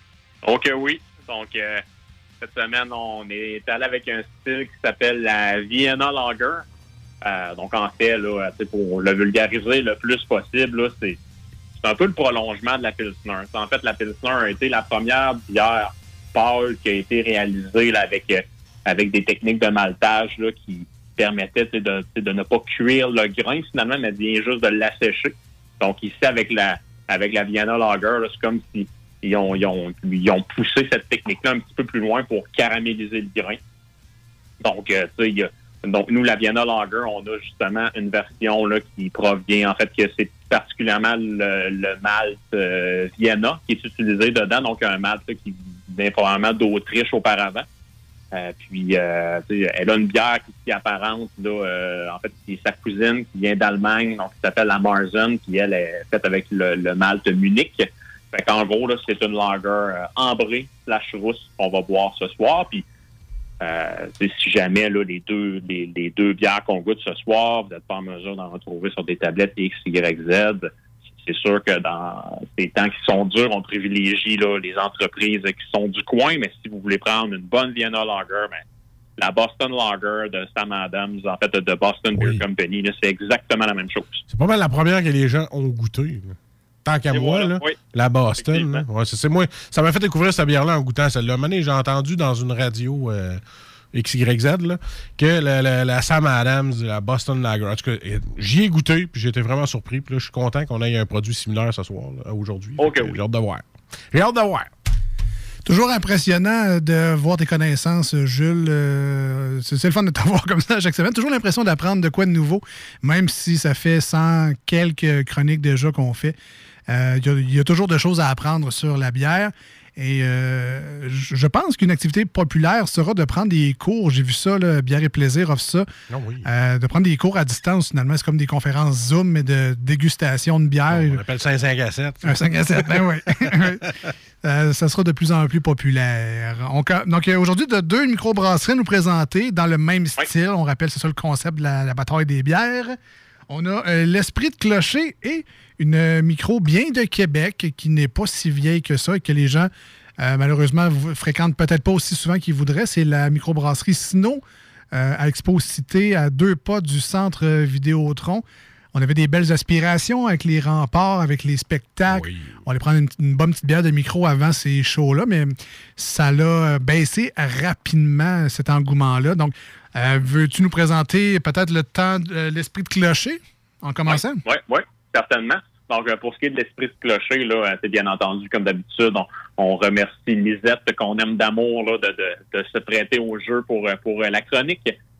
OK, oui. Donc, euh, cette semaine, on est allé avec un style qui s'appelle la Vienna Lager. Euh, donc, en fait, là, pour le vulgariser le plus possible, là, c'est, c'est un peu le prolongement de la Pilsner. En fait, la Pilsner a été la première bière pâle qui a été réalisée là, avec, euh, avec des techniques de maltage là, qui permettaient de, de ne pas cuire le grain, finalement, mais bien juste de l'assécher. Donc, ici, avec la avec la Vienna Lager, là, c'est comme si ils ont, ils, ont, ils ont poussé cette technique-là un petit peu plus loin pour caraméliser le grain. Donc, euh, tu sais, il y a Donc, nous, la Vienna Lager, on a justement une version là, qui provient, en fait, que c'est particulièrement le, le malt euh, Vienna qui est utilisé dedans. Donc, un malt là, qui vient probablement d'Autriche auparavant. Euh, puis, euh, elle a une bière qui s'y apparente, là, euh, en fait, qui est sa cousine, qui vient d'Allemagne, donc qui s'appelle la Marzen, puis elle est faite avec le, le malt Munich. Fait qu'en gros, là, c'est une lager euh, ambrée slash rousse qu'on va boire ce soir. Puis, Euh, si jamais là, les deux les, les deux bières qu'on goûte ce soir, vous n'êtes pas en mesure d'en retrouver sur des tablettes X, Y, Z, c'est sûr que dans ces temps qui sont durs, on privilégie là, les entreprises qui sont du coin, mais si vous voulez prendre une bonne Vienna Lager, ben, la Boston Lager de Sam Adams, en fait, de Boston oui. Beer Company, là, c'est exactement la même chose. C'est pas mal la première que les gens ont goûté. Là. Tant qu'à Et moi, voilà, là, oui. la Boston, là, ouais, c'est, c'est moi, ça m'a fait découvrir cette bière-là en goûtant celle-là. Un j'ai entendu dans une radio euh, X Y Z là, que la, la, la Sam Adams, la Boston Lager, en tout cas, j'y ai goûté, puis j'étais vraiment surpris. Puis là, je suis content qu'on ait un produit similaire ce soir, là, aujourd'hui. Okay, oui. J'ai hâte de voir. J'ai hâte de voir. Toujours impressionnant de voir tes connaissances, Jules. Euh, c'est, c'est le fun de t'avoir comme ça chaque semaine. Toujours l'impression d'apprendre de quoi de nouveau, même si ça fait cent quelques chroniques déjà qu'on fait. Il euh, y, y a toujours de choses à apprendre sur la bière. Et euh, je pense qu'une activité populaire sera de prendre des cours. J'ai vu ça, là, Bière et Plaisir offre ça. Oh oui. euh, de prendre des cours à distance, finalement. C'est comme des conférences Zoom, mais de dégustation de bière. On appelle ça un cinq à sept. Un cinq à sept, ben oui. euh, ça sera de plus en plus populaire. On, donc, aujourd'hui, de deux microbrasseries à nous présenter dans le même style. Oui. On rappelle, c'est ça le concept de la, la bataille des bières. On a euh, l'Esprit de Clocher et une micro bien de Québec qui n'est pas si vieille que ça et que les gens, euh, malheureusement, fréquentent peut-être pas aussi souvent qu'ils voudraient. C'est la microbrasserie Sino euh, à Expo-Cité, à deux pas du centre Vidéotron. On avait des belles aspirations avec les remparts, avec les spectacles. Oui. On allait prendre une, une bonne petite bière de micro avant ces shows-là, mais ça l'a baissé rapidement, cet engouement-là. Donc, euh, veux-tu nous présenter peut-être le temps de euh, l'Esprit de Clocher en commençant? Oui, oui, oui, certainement. Donc, pour ce qui est de l'Esprit de Clocher, là, c'est bien entendu, comme d'habitude, on, on remercie Lisette qu'on aime d'amour là, de, de, de se prêter au jeu pour, pour la chronique.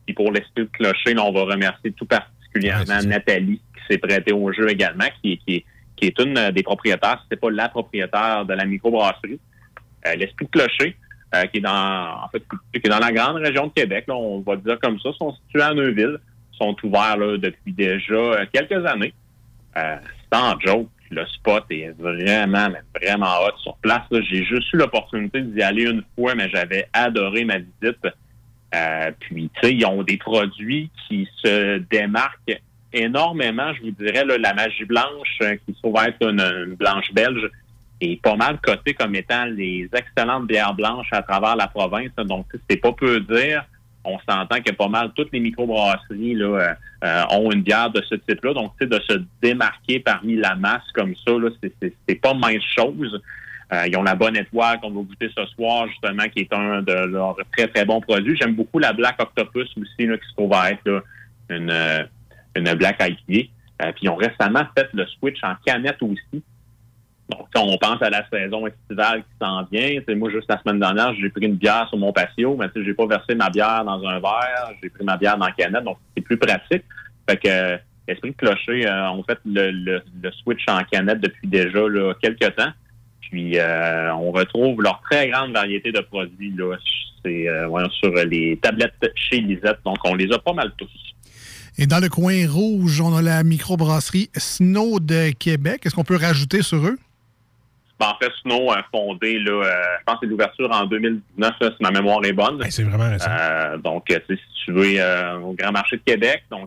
Puis pour l'esprit de clocher, là, on va remercier tout particulièrement ouais, Nathalie qui s'est prêtée au jeu également, qui, qui, qui est une des propriétaires, si c'est pas la propriétaire de la microbrasserie. Euh, l'esprit de clocher, euh, qui est dans en fait qui est dans la grande région de Québec, là, on va dire comme ça, sont situés à Neuville, sont ouverts là, depuis déjà euh, quelques années. Euh, sans joke, le spot est vraiment, mais vraiment hot sur place. Là. J'ai juste eu l'opportunité d'y aller une fois, mais j'avais adoré ma visite. Euh, puis, tu sais, ils ont des produits qui se démarquent énormément. Je vous dirais, là, la Magie Blanche, euh, qui se trouve être une, une blanche belge, est pas mal cotée comme étant les excellentes bières blanches à travers la province. Là. Donc, c'est pas peu dire. On s'entend que pas mal toutes les microbrasseries là, euh, euh, ont une bière de ce type-là. Donc, tu sais, de se démarquer parmi la masse comme ça, là, c'est, c'est, c'est pas mince chose. Euh, ils ont la Bonne Étoile qu'on va goûter ce soir, justement, qui est un de leurs très, très bons produits. J'aime beaucoup la Black Octopus aussi, là, qui se trouve à être là, une, euh, une Black I P A. Euh, puis, ils ont récemment fait le switch en canette aussi. Donc, on pense à la saison estivale qui s'en vient. T'sais, moi, juste la semaine dernière, j'ai pris une bière sur mon patio, mais j'ai pas versé ma bière dans un verre, j'ai pris ma bière dans la canette, donc c'est plus pratique. Fait que euh, Esprit de Clocher euh, ont fait le, le, le switch en canette depuis déjà là, quelques temps. Puis, euh, on retrouve leur très grande variété de produits là, c'est, euh, ouais, sur les tablettes chez Lisette. Donc, on les a pas mal tous. Et dans le coin rouge, on a la microbrasserie Snow de Québec. Est-ce qu'on peut rajouter sur eux? Ben, en fait, Snow a fondé, là, euh, je pense que c'est l'ouverture en deux mille dix-neuf, là, si ma mémoire est bonne. Ben, c'est vraiment récent. Euh, donc, si tu veux, euh, au Grand Marché de Québec, donc,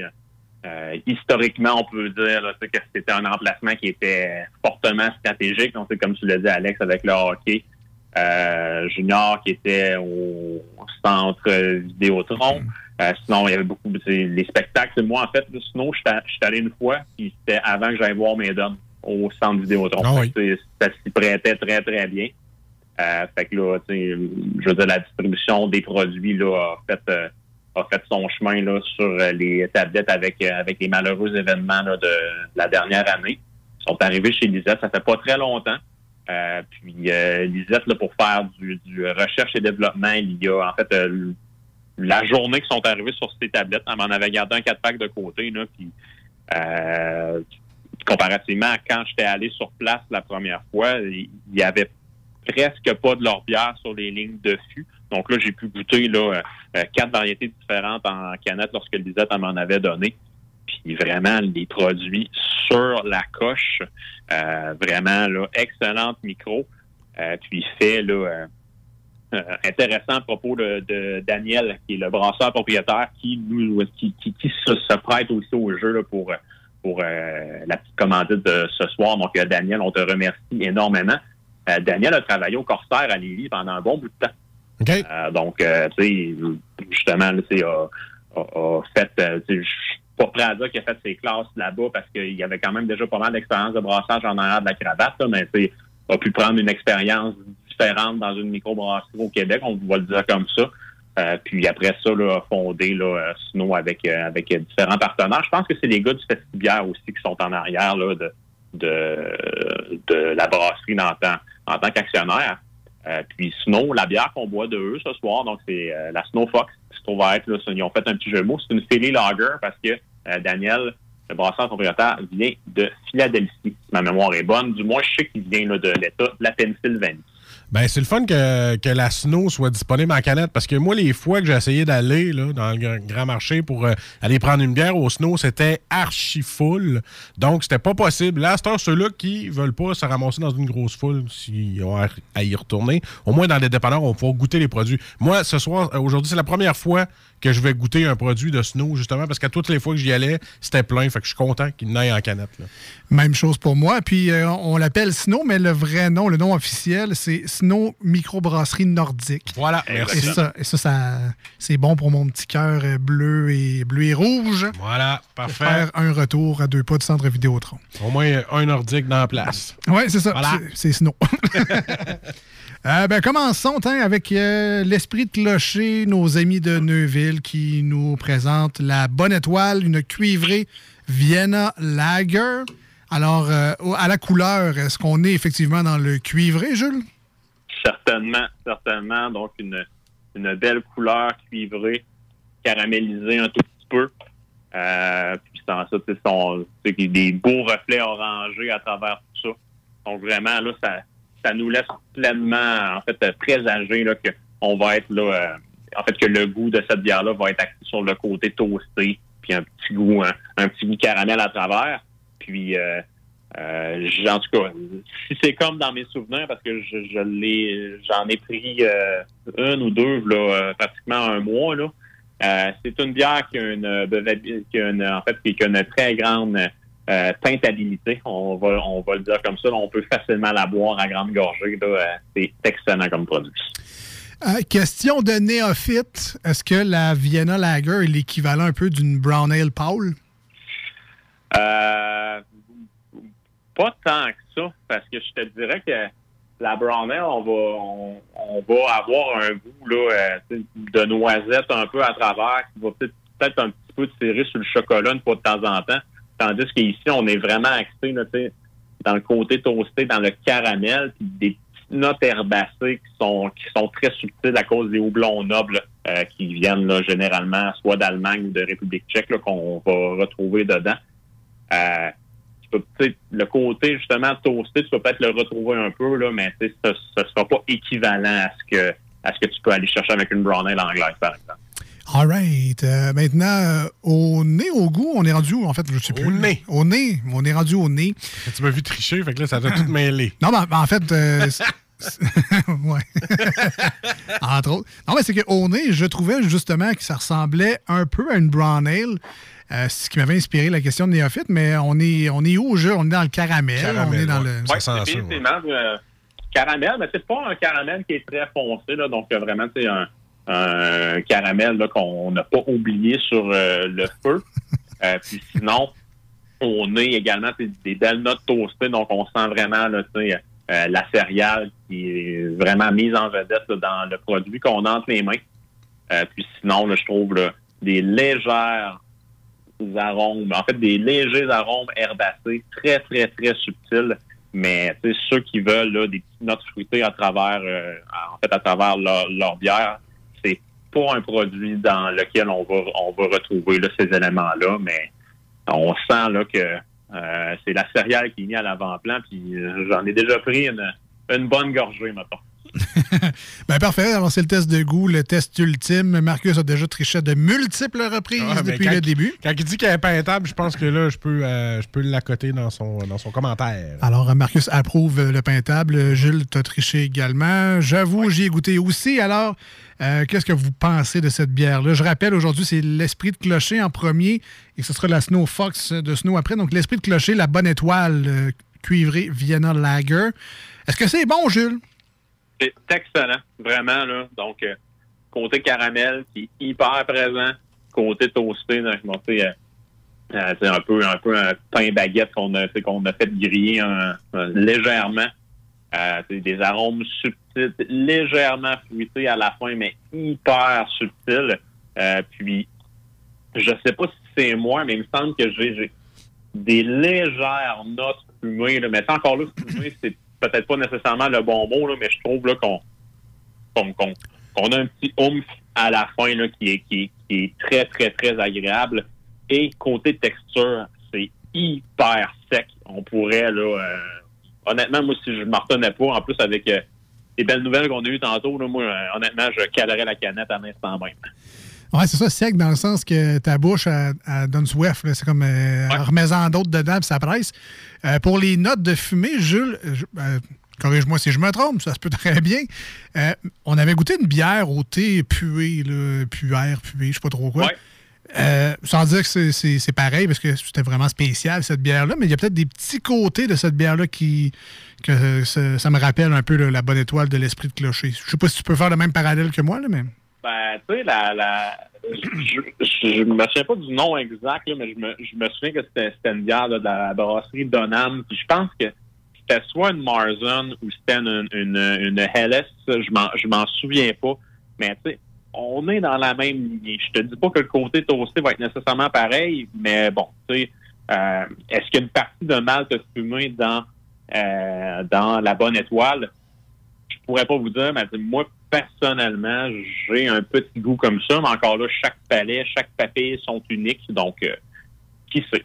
euh, historiquement, on peut dire là, que c'était un emplacement qui était fortement stratégique. Donc, c'est comme tu l'as dit, Alex, avec le hockey euh, junior qui était au centre Vidéotron. Mm. Euh, sinon, il y avait beaucoup de les spectacles. Moi, en fait, Snow, je suis allé une fois, puis c'était avant que j'aille voir Maiden au centre Vidéotron. Oh oui. Ça s'y prêtait très, très bien. Euh, fait que là, je veux dire, la distribution des produits là, a, fait, euh, a fait son chemin là, sur les tablettes avec, euh, avec les malheureux événements là, de, de la dernière année. Ils sont arrivés chez Lisette, ça fait pas très longtemps. Euh, puis euh, Lisette, là, pour faire du, du recherche et développement, il y a en fait euh, la journée qu'ils sont arrivés sur ces tablettes, on m'en avait gardé un quatre pack de côté, là, puis euh, comparativement à quand j'étais allé sur place la première fois, il y avait presque pas de leur bière sur les lignes de fût. Donc là, j'ai pu goûter là, euh, quatre variétés différentes en canette lorsque Lisette m'en avait donné. Puis vraiment, les produits sur la coche, euh, vraiment là, excellente micro. Euh, puis fait là, euh, euh, intéressant à propos de, de Daniel, qui est le brasseur propriétaire, qui nous qui, qui, qui se, se prête aussi au jeu là, pour pour euh, la petite commandite de ce soir. Donc, euh, Daniel, on te remercie énormément. Euh, Daniel a travaillé au Corsair à Lévis pendant un bon bout de temps. Okay. Euh, donc, euh, tu sais, justement, là, tu sais, a, a, a fait, euh, je suis pas prêt à dire qu'il a fait ses classes là-bas parce qu'il y avait quand même déjà pas mal d'expérience de brassage en arrière de la cravate, là, mais tu sais, a pu prendre une expérience différente dans une microbrasserie au Québec, on va le dire comme ça. Euh, puis après ça, là, a fondé là, Snow avec, euh, avec différents partenaires. Je pense que c'est les gars du Festibière aussi qui sont en arrière là, de, de, de la brasserie en tant, en tant qu'actionnaire. Euh, puis Snow, la bière qu'on boit de eux ce soir, donc c'est euh, la Snow Fox qui se trouve à être, là, ils ont fait un petit jeu de mots. C'est une Philly Lager parce que euh, Daniel, le brasseur propriétaire, vient de Philadelphie. Si ma mémoire est bonne. Du moins, je sais qu'il vient là, de l'État de la Pennsylvanie. Ben, c'est le fun que, que la Snow soit disponible en canette parce que moi, les fois que j'ai essayé d'aller là, dans le grand marché pour euh, aller prendre une bière au Snow, c'était archi full. Donc, c'était pas possible. Là, c'est ceux-là qui veulent pas se ramasser dans une grosse foule s'ils ont à y retourner. Au moins, dans les dépanneurs, on va pouvoir goûter les produits. Moi, ce soir, aujourd'hui, c'est la première fois que je vais goûter un produit de Snow, justement, parce qu'à toutes les fois que j'y allais, c'était plein. Fait que je suis content qu'il n'aille en canette. Là. Même chose pour moi. Puis, euh, on l'appelle Snow, mais le vrai nom, le nom officiel, c'est Snow Microbrasserie Nordique. Voilà, merci. Et ça, et ça, ça c'est bon pour mon petit cœur bleu et bleu et rouge. Voilà, parfait. Faire un retour à deux pas du centre Vidéotron. Au moins un Nordique dans la place. Oui, c'est ça. Voilà. C'est, c'est Snow. euh, ben, commençons hein, avec euh, l'esprit de clocher, nos amis de Neuville qui nous présentent la Bonne Étoile, une cuivrée Vienna Lager. Alors, euh, à la couleur, est-ce qu'on est effectivement dans le cuivré, Jules? Certainement, certainement. Donc, une, une belle couleur cuivrée. caramélisé un tout petit peu. Euh, puis sans ça, tu sais, son- tu sais, des beaux reflets orangés à travers tout ça. Donc vraiment, là, ça, ça nous laisse pleinement, en fait, présager là, qu'on va être là, euh, en fait, que le goût de cette bière-là va être axé sur le côté toasté, puis un petit goût, un, un petit goût caramel à travers. Puis, euh, euh, j- en tout cas, si c'est comme dans mes souvenirs, parce que je, je l'ai, j'en ai pris euh, une ou deux, là, euh, pratiquement un mois, là. Euh, c'est une bière qui a une, bevabi- qui a une en fait, qui a une très grande euh, teintabilité. On va, on va le dire comme ça. Là, on peut facilement la boire à grande gorgée. Là. Euh, c'est excellent comme produit. Euh, question de néophyte. Est-ce que la Vienna Lager est l'équivalent un peu d'une Brown Ale Paul? Euh, pas tant que ça, parce que je te dirais que la Brown Ale, on va, on, on va avoir un goût là, euh, tu sais, de noisette un peu à travers, qui va peut-être peut-être un petit peu tirer sur le chocolat une fois de temps en temps. Tandis qu'ici, on est vraiment axé là, tu sais, dans le côté toasté, dans le caramel, puis des petites notes herbacées qui sont qui sont très subtiles à cause des houblons nobles euh, qui viennent là, généralement soit d'Allemagne ou de République tchèque là, qu'on va retrouver dedans. Euh, tu peux, tu sais, le côté justement toasté, tu peux peut-être le retrouver un peu, là, mais tu sais, ce ne sera pas équivalent à ce que à ce que tu peux aller chercher avec une brown ale anglaise, par exemple. All right. Euh, maintenant, euh, au nez, au goût, on est rendu où? En fait, je ne sais plus. Au nez. Au nez. On est rendu au nez. Tu m'as vu tricher, fait que là, ça t'a tout mêlé. Non, mais en fait... Euh, c'est- c'est- ouais. Entre autres. Non, mais c'est qu'au nez, je trouvais justement que ça ressemblait un peu à une brown ale. Euh, c'est ce qui m'avait inspiré la question de néophyte, mais on est, on est où au jeu? On est dans le caramel. Caramel, on est dans ouais. le... Oui, définitivement. Euh, caramel, mais c'est pas un caramel qui est très foncé, là, donc euh, vraiment, c'est un, un caramel là, qu'on n'a pas oublié sur euh, le feu. Euh, puis sinon, au nez également, c'est des belles notes toastées, donc on sent vraiment là, tu sais, euh, la céréale qui est vraiment mise en vedette là, dans le produit qu'on a entre les mains. Euh, puis sinon, là, je trouve là, des légères arômes, en fait des légers arômes herbacés, très, très, très subtils, mais tu sais, ceux qui veulent là, des petites notes fruitées à travers euh, en fait à travers leur, leur bière, c'est pas un produit dans lequel on va on va retrouver là, ces éléments-là, mais on sent là que euh, c'est la céréale qui est mise à l'avant-plan, puis euh, j'en ai déjà pris une, une bonne gorgée, mettons. Ben parfait. Alors, c'est le test de goût, le test ultime. Marcus a déjà triché à de multiples reprises Ah, mais depuis quand le il- début. Quand il dit qu'elle est peintable, je pense que là, je peux, euh, je peux l'accoter dans son, dans son commentaire. Alors, Marcus approuve le peintable. Jules, t'as triché également. J'avoue, j'y ai goûté aussi. Alors, euh, qu'est-ce que vous pensez de cette bière-là? Je rappelle, aujourd'hui, c'est l'Esprit de Clocher en premier et ce sera la Snow Fox de Snow après. Donc, l'Esprit de Clocher, la bonne étoile euh, cuivrée Vienna Lager. Est-ce que c'est bon, Jules? C'est excellent, vraiment, là. Donc, euh, côté caramel qui est hyper présent, côté toasté, donc, bon, tu sais, euh, euh, c'est un peu, un peu un pain baguette qu'on a, tu sais, qu'on a fait griller un- un- légèrement. Euh, tu sais, des arômes subtils, légèrement fruités à la fin, mais hyper subtils. Euh, puis, je sais pas si c'est moi, mais il me semble que j'ai, j'ai des légères notes fumées, là. Mais ça, encore là, fumé, c'est peut-être pas nécessairement le bon mot, là, mais je trouve là, qu'on, qu'on, qu'on, qu'on a un petit oomph à la fin là, qui, est, qui, est, qui est très, très, très agréable. Et côté texture, c'est hyper sec. On pourrait, là, euh, honnêtement, moi, si je ne m'en retenais pas, en plus avec euh, les belles nouvelles qu'on a eues tantôt, là, moi, euh, honnêtement, je calerais la canette à l'instant même. Ouais, c'est ça, sec dans le sens que ta bouche, elle, elle donne soif. là. C'est comme, euh, Ouais. remets-en d'autres dedans, puis ça presse. Euh, pour les notes de fumée, Jules, je- euh, corrige-moi si je me trompe, ça se peut très bien. Euh, on avait goûté une bière au thé pué, là, puère, pué, je sais pas trop quoi. Ouais. Euh, sans dire que c'est- c'est c'est pareil, parce que c'était vraiment spécial, cette bière-là, mais il y a peut-être des petits côtés de cette bière-là qui que euh, ça, ça me rappelle un peu là, la bonne étoile de l'Esprit de Clocher. Je sais pas si tu peux faire le même parallèle que moi, là, mais... Ben, tu sais, la, la, je, je, je me souviens pas du nom exact, là, mais je me, je me souviens que c'était, c'était une bière là, de la brasserie Donham. Puis je pense que c'était soit une Marzen ou c'était une, une, une Helles. Je m'en, je m'en souviens pas. Mais tu sais, on est dans la même lignée. Je te dis pas que le côté toasté va être nécessairement pareil, mais bon, tu sais, euh, est-ce qu'il y a une partie de malt fumé dans, euh, dans la bonne étoile? Je pourrais pas vous dire, mais moi, personnellement, j'ai un petit goût comme ça, mais encore là, chaque palais, chaque papille sont uniques, donc euh, qui sait?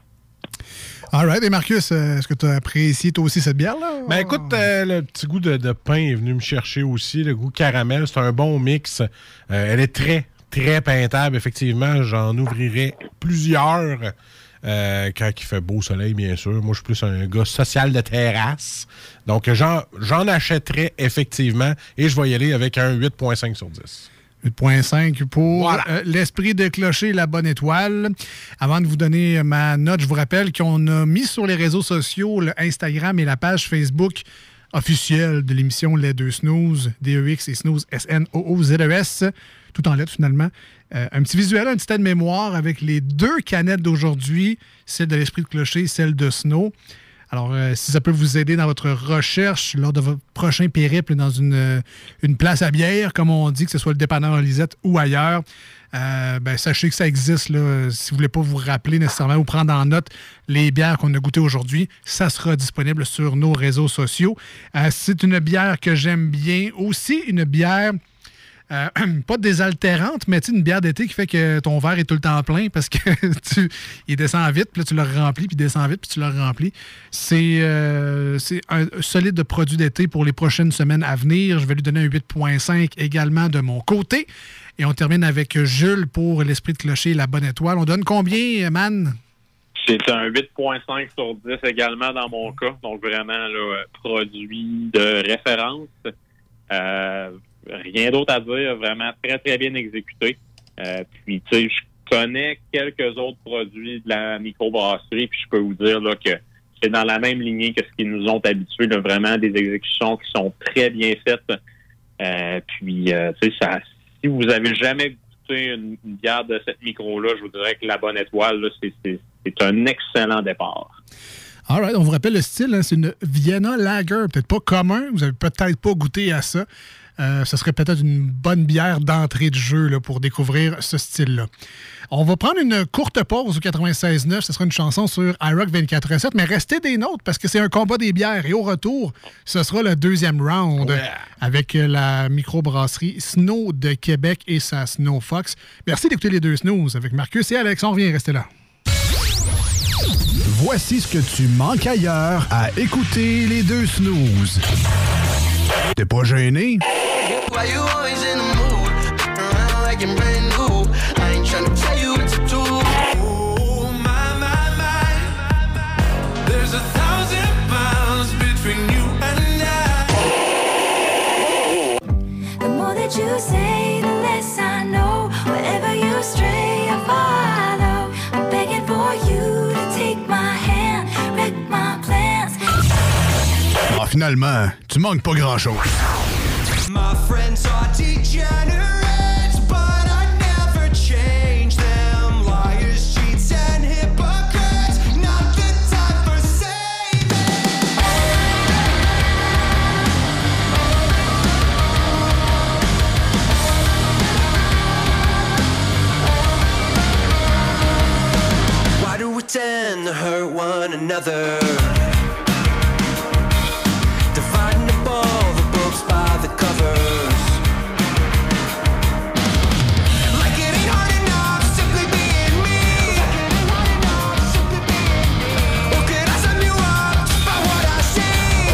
All right. Et Marcus, euh, est-ce que tu as apprécié toi aussi cette bière-là? Ben écoute, euh, le petit goût de, de pain est venu me chercher aussi. Le goût caramel, c'est un bon mix. Euh, elle est très, très peintable, effectivement. J'en ouvrirai plusieurs euh, quand il fait beau soleil, bien sûr. Moi, je suis plus un gars social de terrasse. Donc, j'en, j'en achèterai effectivement et je vais y aller avec un huit virgule cinq sur dix. huit virgule cinq pour Voilà. euh, l'esprit de clocher, la bonne étoile. Avant de vous donner ma note, je vous rappelle qu'on a mis sur les réseaux sociaux le Instagram et la page Facebook officielle de l'émission Les Deux Snooze, D E X et Snooze, S N O O Z E S, tout en lettres finalement. Euh, un petit visuel, un petit tas de mémoire avec les deux canettes d'aujourd'hui, celle de l'esprit de clocher, celle de Snow. Alors, euh, si ça peut vous aider dans votre recherche lors de votre prochain périple dans une, euh, une place à bière, comme on dit, que ce soit le dépanneur Lisette ou ailleurs, euh, ben, sachez que ça existe. Là, si vous ne voulez pas vous rappeler nécessairement ou prendre en note les bières qu'on a goûtées aujourd'hui, ça sera disponible sur nos réseaux sociaux. Euh, c'est une bière que j'aime bien. Aussi, une bière... Euh, pas désaltérante, mais une bière d'été qui fait que ton verre est tout le temps plein parce que tu, il descend vite, puis là tu le remplis, puis il descend vite, puis tu le remplis. C'est, euh, c'est un solide produit d'été pour les prochaines semaines à venir. Je vais lui donner un huit virgule cinq également de mon côté. Et on termine avec Jules pour l'esprit de clocher et la bonne étoile. On donne combien, man? C'est un huit virgule cinq sur dix également dans mon cas. Donc, vraiment, là, produit de référence. Euh, rien d'autre à dire. Vraiment très, très bien exécuté. Euh, puis, tu sais, je connais quelques autres produits de la microbrasserie, puis je peux vous dire là, que c'est dans la même lignée que ce qu'ils nous ont habitués. Là, vraiment des exécutions qui sont très bien faites. Euh, puis, euh, tu sais, ça, si vous avez jamais goûté une, une bière de cette micro-là, je vous dirais que la bonne étoile, là, c'est, c'est, c'est un excellent départ. All right, on vous rappelle le style, hein, c'est une Vienna Lager, peut-être pas commun, vous n'avez peut-être pas goûté à ça. Euh, ce serait peut-être une bonne bière d'entrée de jeu là, pour découvrir ce style-là. On va prendre une courte pause au quatre-vingt-seize neuf. Ce sera une chanson sur iRock vingt-quatre sept, mais restez des nôtres parce que c'est un combat des bières. Et au retour, ce sera le deuxième round ouais. avec la microbrasserie Snow de Québec et sa Snow Fox. Merci d'écouter les deux snooze avec Marcus et Alex. On revient, restez là. Voici ce que tu manques ailleurs à écouter les deux snooze. T'es pas gêné? Why you always in the mood? Around like I'm brand new. I ain't tryna tell you what to do. Oh, my, my, my. There's a thousand miles between you and I. The more that you say, the less I know. Wherever you stray, I follow. I'm begging for you to take my hand, wreck my plans. Ah, finalement, tu manques pas grand-chose. My friends are degenerates, but I never change them. Liars, cheats, and hypocrites, not the time for saving. Why do we tend to hurt one another? Dividing up all the books by the covers. Like it ain't hard enough simply being me. Or could I sum you up just by what I see?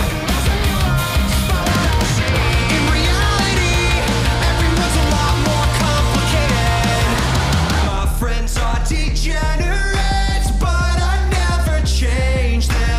In reality, everyone's a lot more complicated. My friends are degenerates, but I never change them.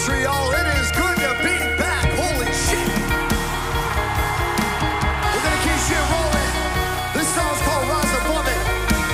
Montreal, it is good to be back. Holy shit. We're gonna keep shit rolling. This song's called Rise Above It.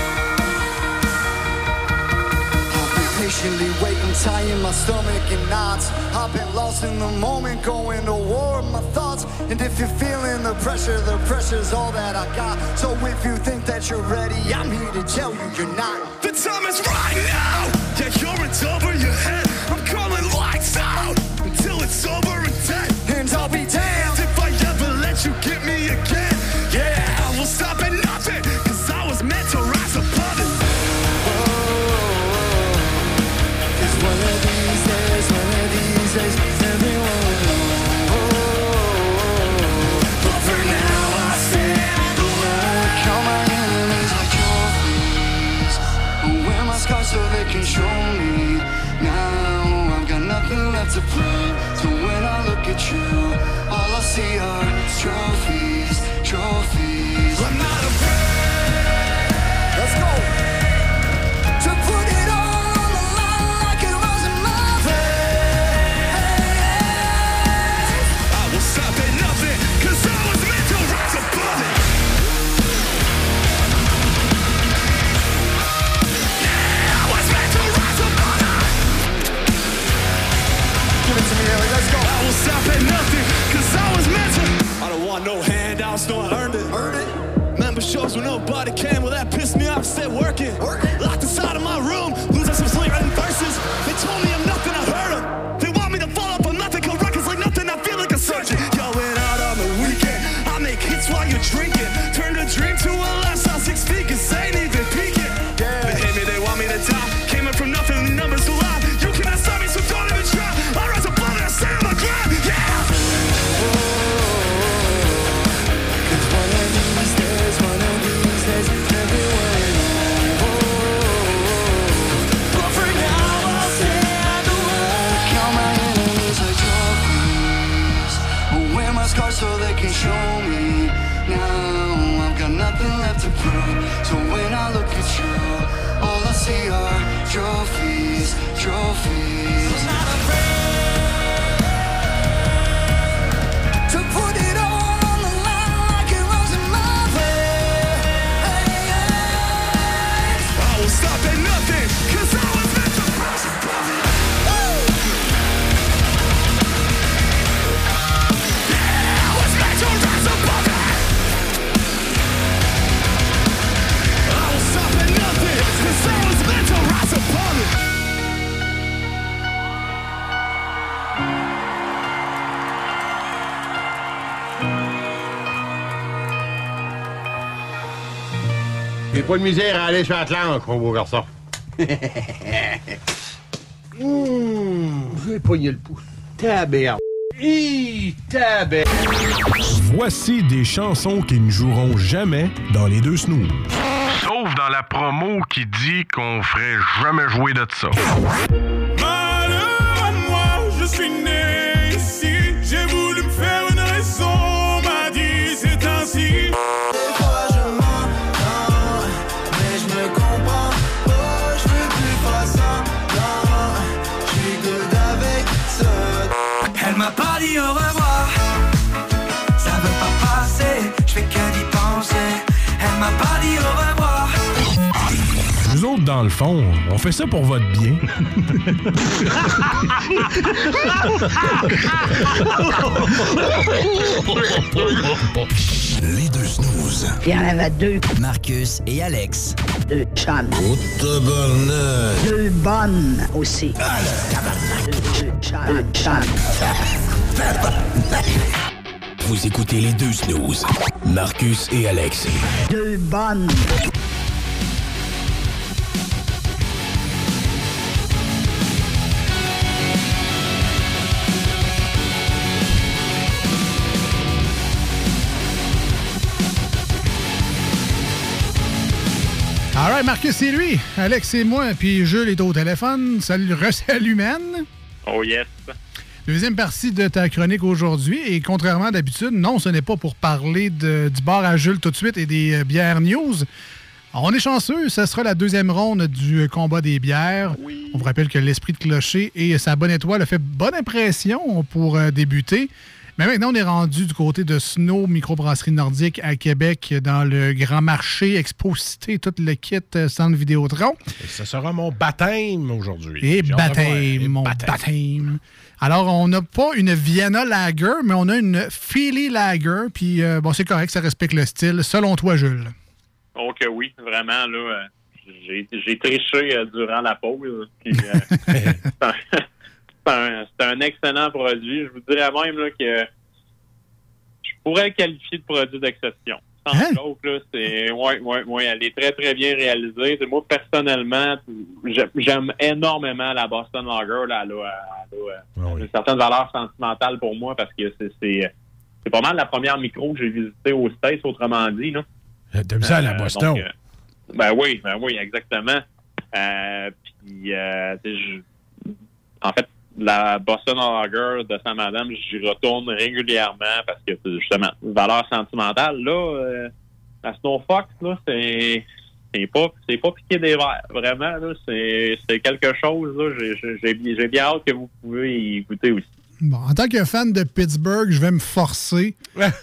I've been patiently waiting, tying my stomach in knots. I've been lost in the moment, going to war with my thoughts. And if you're feeling the pressure, the pressure's all that I got. So if you think that you're ready, I'm here to tell you you're not. The time is right now. Yeah, you're it's over your head. I'm calling lights out until it's over and dead. And I'll be damned if I ever let you get me again. Yeah, I will stop at nothing, cause I was meant to rise above it. Cause one of these days, one of these days, everyone will know. But for now I stand alone. Count my enemies like trophies. Wear my scars so they can show me. Now I've got nothing left to prove. So when I look at you, all I see are trophies, trophies. I'm not afraid. Let's go. To put it all on the line like it wasn't my face. I will stop at nothing, cause I was meant to rise above it. Yeah, I was meant to rise above it. Give it to me, Ellie, let's go. I will stop at nothing, cause I was meant to. I don't want no handouts, no, I earned it. Earned it. Member shows when nobody came, well that pissed me off, instead working. Working. Locked inside of my room, losing some sleep writing verses. They told me I'm nothing, I heard them. They want me to fall off, I'm nothing, cause records like nothing, I feel like a surgeon. Going out on the weekend, I make hits while you're drinking. Turn a dream to a lifestyle, six feet, cause they ain't even peeking. Yeah. They hate me, they want me to die. Came in from nothing, the numbers too loud. You cannot stop me, so don't even try. I rise above it, I stay on my grind, yeah. Cause one of these days, one of these days, everyone knows. But for now I'll stand alone. Count my enemies like trophies. Wear my scars so they can show me. Now I've got nothing left to prove. So when I look at you, all I see are trophies, trophies. I'm not afraid to put it all on the line like it wasn't my place. I will stop at nothing, cause I was meant to rise above it. Yeah, I was meant to rise above it. I will stop at nothing, cause I was meant to rise above it. J'ai pas de misère à aller sur Atlante, mon beau garçon. Mmh, j'ai pogné le pouce. Tabère. Hi, tabère. Voici des chansons qui ne joueront jamais dans les deux snooze. Sauf dans la promo qui dit qu'on ferait jamais jouer de ça. Malheur à moi, je suis né ici. J'ai voulu me faire une raison, on m'a dit c'est ainsi. Des fois je m'entends, mais je me comprends. Oh, je veux plus faire semblant. Je suis good avec ça. Elle m'a pas dit au revoir. Ça veut pas passer, je fais que d'y penser. Elle m'a pas dit au revoir. Nous autres, dans le fond, on fait ça pour votre bien. Les deux snooze. Il y en avait deux. Marcus et Alex. Deux chums. Oh, tabarnak. Deux bonnes aussi. Ah, le deux, deux chums. Deux chums. Vous écoutez les deux snooze. Marcus et Alex. Deux bonnes. All right, Marcus, c'est lui. Alex, c'est moi. Puis Jules est au téléphone. Salut, re-salut, man. Oh yes. Deuxième partie de ta chronique aujourd'hui. Et contrairement à d'habitude, non, ce n'est pas pour parler de, du bar à Jules tout de suite et des euh, bières news. On est chanceux, ce sera la deuxième ronde du combat des bières. Oui. On vous rappelle que l'Esprit de Clocher et sa bonne étoile a fait bonne impression pour euh, débuter. Mais maintenant, on est rendu du côté de Snow, microbrasserie nordique à Québec, dans le Grand Marché, Expo-Cité, tout le kit euh, centre Vidéotron. Et ce sera mon baptême aujourd'hui. Et J'ai hâte de voir. baptême, Et mon baptême. baptême. Alors, on n'a pas une Vienna Lager, mais on a une Philly Lager. Puis, euh, bon, c'est correct, ça respecte le style. Selon toi, Jules? Oh que oui, vraiment, là, euh, j'ai, j'ai triché euh, durant la pause. Puis, euh, c'est, un, c'est, un, c'est un excellent produit. Je vous dirais même là, que je pourrais le qualifier de produit d'exception. Sans Hein? joke, là, c'est, ouais, ouais, ouais, elle est très, très bien réalisée. C'est, moi, personnellement, j'aime, j'aime énormément la Boston Lager. Là, elle a, elle a, elle a oui. une certaine valeur sentimentale pour moi parce que c'est, c'est, c'est pas mal la première micro que j'ai visitée aux States, autrement dit, là. T'aimes ça à la Euh, Boston? donc, euh, ben oui, ben oui, exactement. Euh, puis, euh, tu sais, je- en fait, la Boston Lager de Saint-Madame, j'y retourne régulièrement parce que c'est justement une valeur sentimentale. Là, euh, la Snow Fox, là, c'est c'est pas c'est pas piqué des verres. Vraiment, là, c'est c'est quelque chose. Là, j'ai, j'ai, j'ai bien hâte que vous pouvez y goûter aussi. Bon, en tant que fan de Pittsburgh, je vais me forcer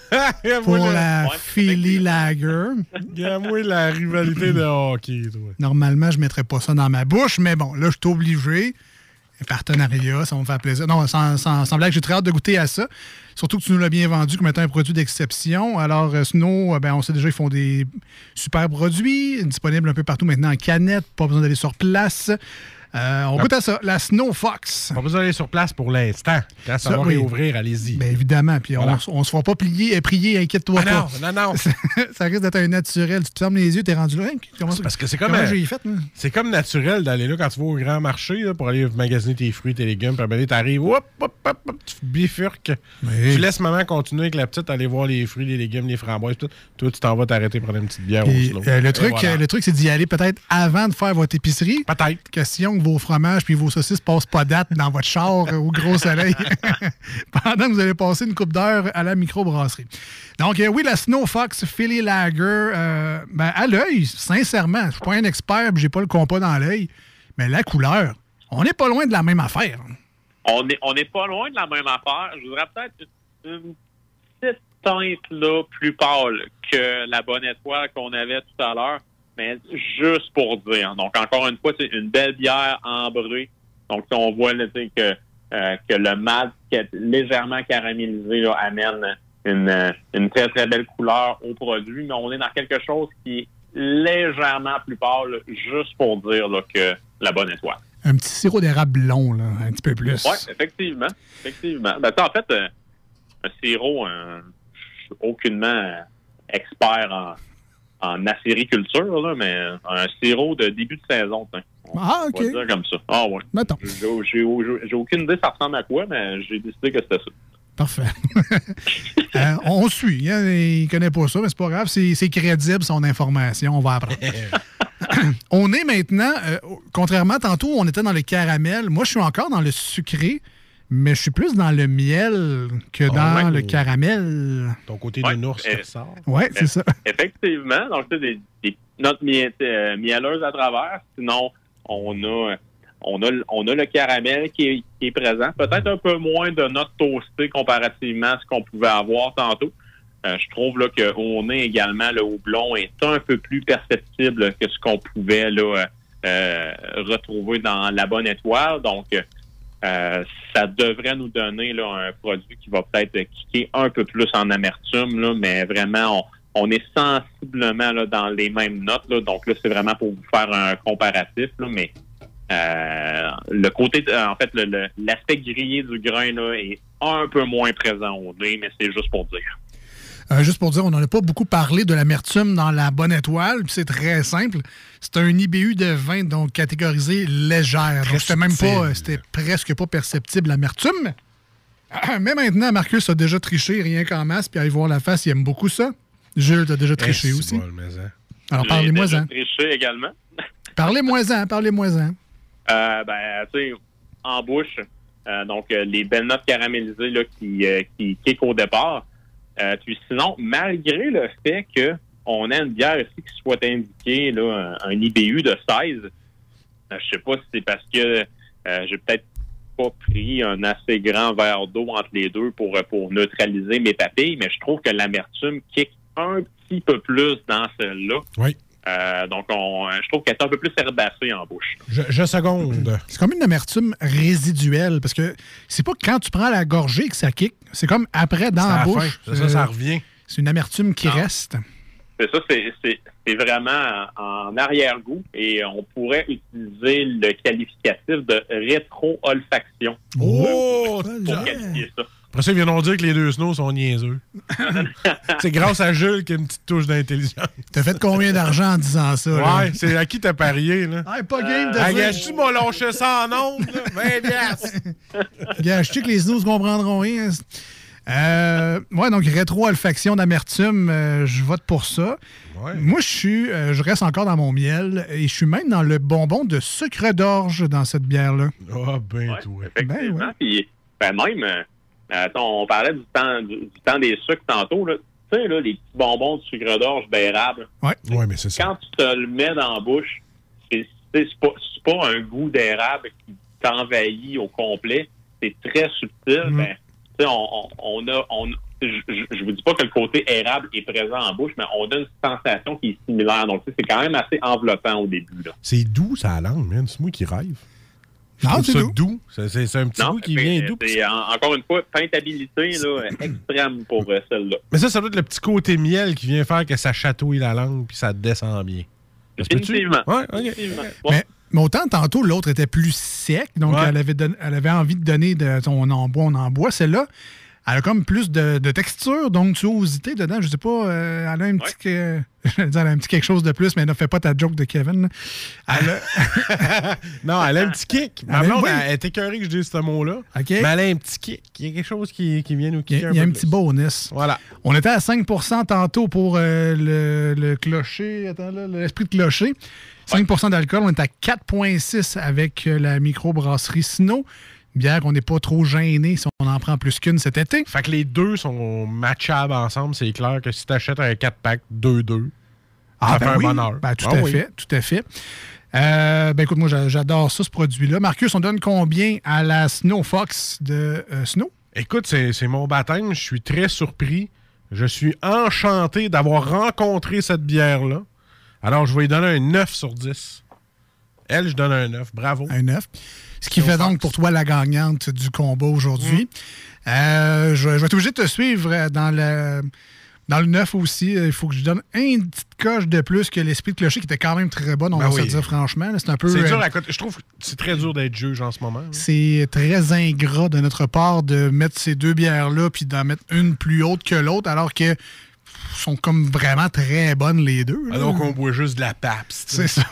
pour la Ouais, Philly Lager. Gamme-moi la rivalité de hockey, toi. Normalement, je ne mettrais pas ça dans ma bouche, mais bon, là, je suis obligé. Un partenariat, ça va me faire plaisir. Non, sans, sans, sans blague, j'ai très hâte de goûter à ça. Surtout que tu nous l'as bien vendu comme étant un produit d'exception. Alors, euh, Snow, euh, ben, on sait déjà, ils font des super produits, disponibles un peu partout maintenant en canette, pas besoin d'aller sur place. Euh, on Ah. goûte à ça, la Snow Fox. Pas besoin d'aller sur place pour l'instant. Quand ça, Ça, va oui. réouvrir, allez-y. Bien évidemment, puis Voilà. on, on se fera pas plier, euh, prier, inquiète-toi Ah pas. non, non, non. Ça risque d'être un naturel. Tu te fermes les yeux, t'es rendu là. Hein? Comment ça- Parce que c'est comme, comment euh, j'ai fait, moi? c'est comme naturel d'aller là quand tu vas au grand marché là, pour aller magasiner tes fruits, tes légumes. Puis après, t'arrives, hop, hop, hop, hop, tu bifurques. Oui. Tu laisses maman continuer avec la petite, aller voir les fruits, les légumes, les framboises. Tout. Toi, tu t'en vas t'arrêter prendre une petite bière au Et, slow. euh, le, Et truc, voilà. euh, le truc, c'est d'y aller peut-être avant de faire votre épicerie. Peut-être. Question que vos fromages puis vos saucisses passent pas date dans votre char euh, au gros soleil pendant que vous allez passer une coupe d'heure à la microbrasserie. Donc, euh, oui, la Snow Fox Philly Lager, euh, ben, à l'œil, sincèrement, je suis pas un expert puis j'ai pas le compas dans l'œil, mais la couleur, on n'est pas loin de la même affaire. On est, on n'est pas loin de la même affaire. Je voudrais peut-être une petite teinte là, plus pâle que la bonne étoile qu'on avait tout à l'heure, mais juste pour dire. Donc, encore une fois, c'est une belle bière ambrée. Donc, si on voit là, tu sais, que, euh, que le malt qui est légèrement caramélisé là, amène une, euh, une très, très belle couleur au produit, mais on est dans quelque chose qui est légèrement plus pâle, juste pour dire là, que la bonne étoile. Un petit sirop d'érable blond, là, un petit peu plus. Oui, effectivement. Effectivement. Ben, ça, en fait, euh, un sirop, euh, je suis aucunement euh, expert en, en acériculture, là, mais un sirop de début de saison, t'sais. Ah, OK. On va dire comme ça. Ah, ouais. Mettons. J'ai, j'ai, j'ai, j'ai aucune idée ça ressemble à quoi, mais j'ai décidé que c'était ça. Parfait. Euh, on suit. Hein, il connaît pas ça, mais c'est pas grave. C'est, c'est crédible, son information. On va apprendre. On est maintenant, euh, contrairement à tantôt, on était dans le caramel. Moi, je suis encore dans le sucré, mais je suis plus dans le miel que Oh, dans ouais. le caramel. Ton côté Ouais, de ours euh, qui ressort. Oui, c'est ça. Effectivement. Donc, tu sais, des, des notes miel- euh, mielleuses à travers. Sinon, on a, on a, on a le caramel qui est, qui est présent. Peut-être un peu moins de notes toastées comparativement à ce qu'on pouvait avoir tantôt. Euh, je trouve là qu'on est également, le houblon est un peu plus perceptible que ce qu'on pouvait là, euh, retrouver dans la bonne étoile. Donc, euh, ça devrait nous donner là, un produit qui va peut-être kicker un peu plus en amertume, là, mais vraiment, on, on est sensiblement là, dans les mêmes notes. Là, donc là, c'est vraiment pour vous faire un comparatif, là, mais euh, le côté, de, en fait, le, le, l'aspect grillé du grain là, est un peu moins présent au nez, mais c'est juste pour dire. Euh, juste pour dire, on n'en a pas beaucoup parlé de l'amertume dans la bonne étoile, puis c'est très simple. C'est un I B U de vin, donc catégorisé légère. Donc, c'était même pas, euh, c'était presque pas perceptible l'amertume. Mais maintenant, Marcus a déjà triché, rien qu'en masse, puis allez voir la face, il aime beaucoup ça. Jules, t'as déjà triché Eh, aussi. c'est bon, mais, hein. Alors, J'ai parlez-moi-en. déjà triché également. Parlez-moi-en, parlez-moi-en. Euh, ben, tu sais, en bouche, euh, donc euh, les belles notes caramélisées là, qui, euh, qui kickent au départ. Euh, puis sinon, malgré le fait que on a une bière ici qui soit indiquée, là, un, un I B U de seize. Euh, je sais pas si c'est parce que euh, j'ai peut-être pas pris un assez grand verre d'eau entre les deux pour, pour neutraliser mes papilles, mais je trouve que l'amertume kick un petit peu plus dans celle-là. Oui. Euh, donc, on, je trouve qu'elle est un peu plus herbacée en bouche. Je, je seconde. C'est comme une amertume résiduelle, parce que c'est pas quand tu prends la gorgée que ça kick, c'est comme après dans C'est à la la bouche. fin. Ça, ça, ça revient. C'est une amertume qui Non. reste. C'est ça, c'est, c'est, c'est vraiment en arrière-goût et on pourrait utiliser le qualificatif de rétro-olfaction. Oh! Pour qualifier ça. Après ça, ils viendront dire que les deux snows sont niaiseux. C'est grâce à Jules qu'il y a une petite touche d'intelligence. T'as fait combien d'argent en disant ça? là? Ouais, c'est à qui t'as parié, là? Ah, pas game de Ah, dire. gâche-tu m'as lâché ça en ondes, là? vingt piastres. Gars, je sais que les snooze comprendront rien. Euh, ouais, donc rétro-olfaction d'amertume, euh, je vote pour ça. Ouais. Moi, je suis, euh, je reste encore dans mon miel et je suis même dans le bonbon de sucre d'orge dans cette bière-là. Ah, ben, Ouais, toi. effectivement. Ben ouais. Puis, ben même, euh, attends, on parlait du temps, du, du temps des sucres tantôt. Là. Tu sais, là, les petits bonbons de sucre d'orge d'érable. Ouais. Ouais, mais c'est ça. Quand tu te le mets dans la bouche, c'est, c'est, c'est, pas, c'est pas un goût d'érable qui t'envahit au complet. C'est très subtil. Mm. Ben, tu sais, on, on, on a... On, je, je, je vous dis pas que le côté érable est présent en bouche, mais on a une sensation qui est similaire. Donc, tu sais, c'est quand même assez enveloppant au début. Là. C'est doux, ça à la langue, man. C'est moi qui rêve. Je Non, trouve c'est ça doux. doux. C'est, c'est- c'est un petit Non, goût qui c'est- vient doux. c'est, en- encore une fois, peintabilité là, extrême pour euh, celle-là. Mais ça, ça doit être le petit côté miel qui vient faire que ça chatouille la langue puis ça descend bien. Ça se peut-tu? Définitivement. Ouais, ok. Définitivement. Bon, Mais, mais autant tantôt, l'autre était plus sec, donc Ouais. elle, avait don- elle avait envie de donner de on en boit, on en boit. Celle-là, elle a comme plus de, de texture, d'onctuosité dedans. Je sais pas, euh, elle a un petit, que- je vais dire, elle a un petit quelque chose de plus, mais ne fais pas ta joke de Kevin. là. Elle a- Non, elle a un petit kick. Ma Elle a- blonde, oui. elle est écœurée que je dise ce mot-là. OK. Mais elle a un petit kick. Il y a quelque chose qui, qui vient nous Il y kicker a, il y a un peu petit plus. bonus. Voilà. On était à cinq pour cent tantôt pour euh, le, le clocher. Attends, là, l'esprit de clocher. cinq pour cent d'alcool. On est à quatre virgule six avec euh, la microbrasserie Sino. Bière qu'on n'est pas trop gêné si on en prend plus qu'une cet été. Fait que les deux sont matchables ensemble. C'est clair que si tu achètes un quatre pack deux deux, ça fait ben un oui. bonheur. Ben, tout Ah à oui. fait, tout à fait. Euh, ben écoute, moi j'a- j'adore ça, ce produit-là. Marcus, on donne combien à la Snow Fox de euh, Snow? Écoute, c'est, c'est mon baptême. Je suis très surpris. Je suis enchanté d'avoir rencontré cette bière-là. Alors, je vais lui donner un neuf sur dix. Elle, je donne un neuf. Bravo. Un neuf. Ce qui fait donc pour toi la gagnante du combat aujourd'hui. Euh, je, je vais être obligé de te suivre dans le, dans le neuf aussi. Il faut que je donne une petite coche de plus que l'esprit de clocher qui était quand même très bonne, on Ben va oui. se le dire franchement. là. C'est un peu. C'est dur euh, à côté. Je trouve que c'est très dur d'être juge en ce moment. là. C'est très ingrat de notre part de mettre ces deux bières-là puis d'en mettre une plus haute que l'autre, alors que pff, sont comme vraiment très bonnes les deux. là. Alors qu'on boit juste de la Pabst. C'est ça.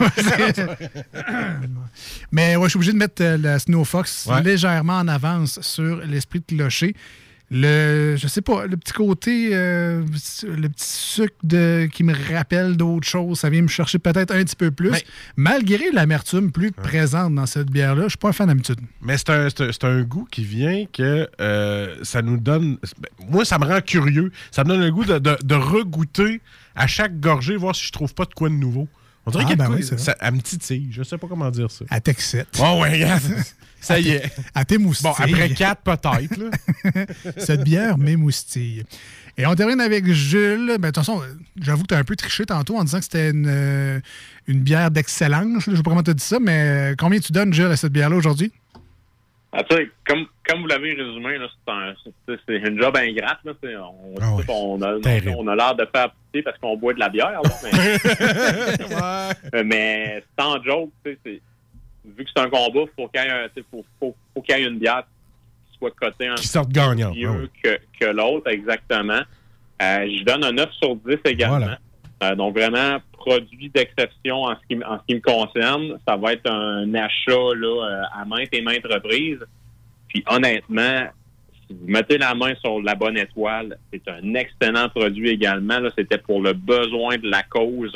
Mais ouais, je suis obligé de mettre euh, la Snow Fox Ouais. légèrement en avance sur l'esprit de clocher. Le, je sais pas, le petit côté, euh, le petit sucre de, qui me rappelle d'autres choses, ça vient me chercher peut-être un petit peu plus. Mais- Malgré l'amertume plus présente dans cette bière-là, je suis pas un fan d'habitude. Mais c'est un, c'est un- c'est un goût qui vient que euh, ça nous donne... ben, moi, ça me rend curieux. Ça me donne le goût de, de, de regoûter à chaque gorgée, voir si je trouve pas de quoi de nouveau. On dirait Ah, qu'il y a de ben quoi- oui, c'est vrai. ça, elle me titille. Je sais pas comment dire ça. À t'excite. Oh ouais, regarde. Ça y est. À tes moustilles. Bon, après quatre, peut-être. là. Cette bière m'émoustille. Et on termine avec Jules. Ben, de toute façon, j'avoue que tu as un peu triché tantôt en disant que c'était une, euh, une bière d'excellence. Je ne sais pas comment tu as dit ça, mais euh, combien tu donnes, Jules, à cette bière-là aujourd'hui? Ah, tu sais, comme, comme vous l'avez résumé, là, c'est, un, c'est, c'est une job ingrate. Là, tu sais, on, Ah oui. on a, Terrible. on a l'air de faire pousser parce qu'on boit de la bière. Là, mais, Euh, mais sans joke, tu sais, c'est, vu que c'est un combat, il faut qu'il y ait, un- tu sais, faut, faut, faut qu'il y ait une bière qui soit cotée un Qui sortent gagnants. mieux Ah oui. que, que l'autre, exactement. Euh, je donne un neuf sur dix également. Voilà. Euh, donc, vraiment, produit d'exception en ce qui, en ce qui me concerne. Ça va être un achat là, euh, à maintes et maintes reprises. Puis, honnêtement, si vous mettez la main sur la bonne étoile, c'est un excellent produit également. Là. C'était pour le besoin de la cause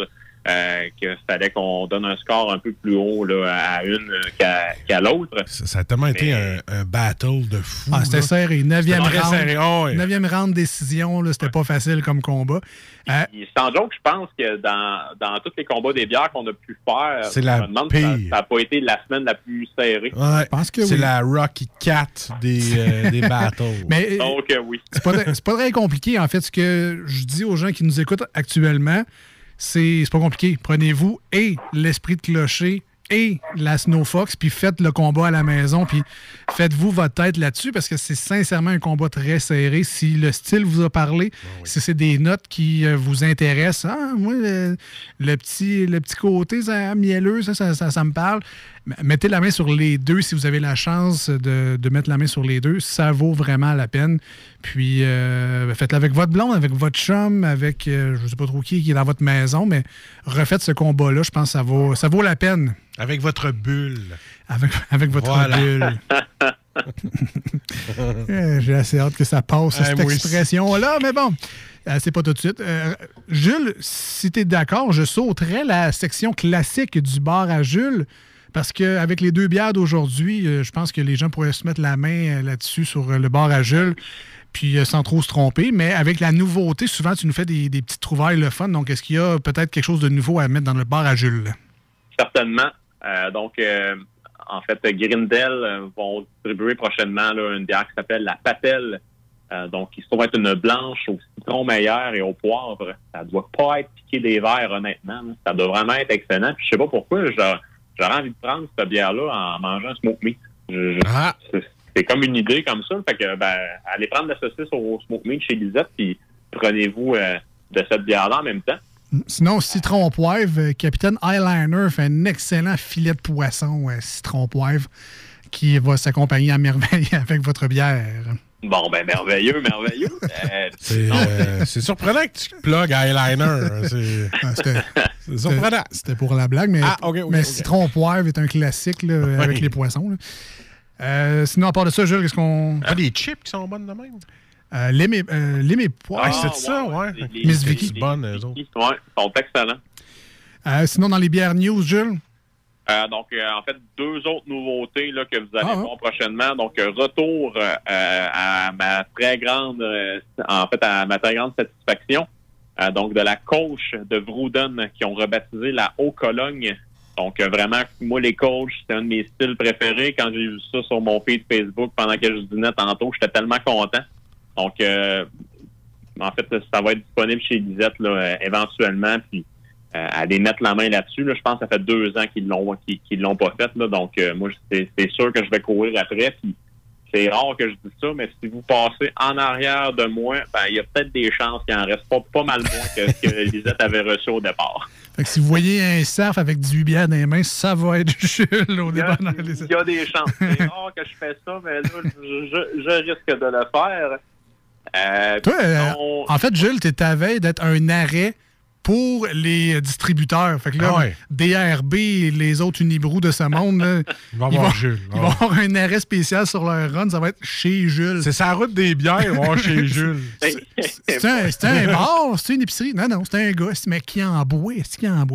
euh, qu'il fallait qu'on donne un score un peu plus haut là, à une qu'à, qu'à l'autre. Ça, ça a tellement Mais... été un, un battle de fou. Ah, c'était là. serré. Neuvième round. Serré. Oh, oui. Neuvième round décision, là, c'était ouais. pas facile comme combat. Euh, sans joke, je pense que dans, dans tous les combats des bières qu'on a pu faire, c'est la demande, pire. Ça n'a pas été la semaine la plus serrée. Ouais, je pense que c'est oui. la Rocky quatre des, euh, des battles. Mais, Donc, euh, oui. C'est pas, c'est pas très compliqué, en fait. Ce que je dis aux gens qui nous écoutent actuellement, c'est, c'est pas compliqué. Prenez-vous et l'esprit de clocher et la Snow Fox, puis faites le combat à la maison, puis faites-vous votre tête là-dessus, parce que c'est sincèrement un combat très serré. Si le style vous a parlé, oh oui. si c'est des notes qui euh, vous intéressent, ah, moi, le, le, petit, le petit côté ça, mielleux, ça, ça, ça, ça me parle. Mettez la main sur les deux si vous avez la chance de, de mettre la main sur les deux. Ça vaut vraiment la peine. Puis, euh, faites-le avec votre blonde, avec votre chum, avec, euh, je ne sais pas trop qui, qui est dans votre maison, mais refaites ce combat-là. Je pense que ça vaut, ça vaut la peine. Avec votre bulle. Avec, avec votre voilà. bulle. J'ai assez hâte que ça passe, cette hey, expression-là, mais bon. Euh, c'est pas tout de suite. Euh, Jules, si tu es d'accord, je sauterais la section classique du bar à Jules. Parce qu'avec les deux bières d'aujourd'hui, euh, je pense que les gens pourraient se mettre la main euh, là-dessus sur euh, le bar à Jules, puis euh, sans trop se tromper. Mais avec la nouveauté, souvent, tu nous fais des, des petites trouvailles le fun. Donc, est-ce qu'il y a peut-être quelque chose de nouveau à mettre dans le bar à Jules? Certainement. Euh, donc, euh, en fait, Grindel euh, vont distribuer prochainement là, une bière qui s'appelle la Patelle. Euh, donc, il se trouve être une blanche au citron meilleur et au poivre. Ça doit pas être piqué des verres, honnêtement. Ça doit vraiment être excellent. Puis, je sais pas pourquoi, genre... J'aurais envie de prendre cette bière-là en mangeant un smoke meat. Je, je, ah. c'est, c'est comme une idée comme ça. Fait que, ben, allez prendre la saucisse au smoke meat chez Lisette, puis prenez-vous euh, de cette bière-là en même temps. Sinon, citron poivre, Capitaine Eyeliner fait un excellent filet de poisson euh, citron poivre qui va s'accompagner à merveille avec votre bière. Bon, ben, merveilleux, merveilleux. Euh, c'est, euh, c'est surprenant que tu plugues eyeliner. C'est, ah, c'était, c'est surprenant. C'était pour la blague, mais, ah, okay, okay, mais okay. citron poivre est un classique là, oui. avec les poissons. Là. Euh, sinon, à part de ça, Jules, qu'est-ce qu'on... Ah, des chips qui sont bonnes de même? Euh, lime et, euh, lime et poivre. Ah, c'est ouais, ça, ouais. ouais. Les, Miss les, Vicky. Les, bonnes, les, eux autres. Ouais, sont excellents. Euh, sinon, dans les bières news, Jules? Euh, donc, euh, en fait, deux autres nouveautés là, que vous allez ah, voir ah. prochainement. Donc, euh, retour euh, à ma très grande, euh, en fait, à ma très grande satisfaction. Euh, donc, de la Kolsch de Vrouden qui ont rebaptisé la Haut-Cologne. Donc, euh, vraiment, moi, les Kolsch, c'est un de mes styles préférés. Quand j'ai vu ça sur mon feed Facebook pendant que je dînais tantôt, j'étais tellement content. Donc, euh, en fait, ça va être disponible chez Lisette là, euh, éventuellement. Puis, Euh, aller mettre la main là-dessus. Là, je pense que ça fait deux ans qu'ils l'ont qu'ils, qu'ils l'ont pas fait. Là, donc, euh, moi, c'est, c'est sûr que je vais courir après. Puis, c'est rare que je dise ça, mais si vous passez en arrière de moi, ben il y a peut-être des chances qu'il en reste pas, pas mal moins que ce que Lisette avait reçu au départ. Fait que si vous voyez un surf avec dix-huit bières dans les mains, ça va être Jules au départ. Il y a des chances. C'est rare que je fais ça, mais là, je, je, je risque de le faire. Euh, Toi, euh, on... en fait, Jules, tu es à veille d'être un arrêt pour les distributeurs. Fait que là, ah ouais. D R B et les autres Unibrou de ce monde, là, ils vont avoir Jules. Ils vont avoir un arrêt spécial sur leur run. Ça va être chez Jules. C'est sa route des bières, ils vont avoir chez Jules. C'est, c'est, un, c'est un bar, c'est une épicerie. Non, non, c'est un gars. Mais qui en boit? C'est qui en boit?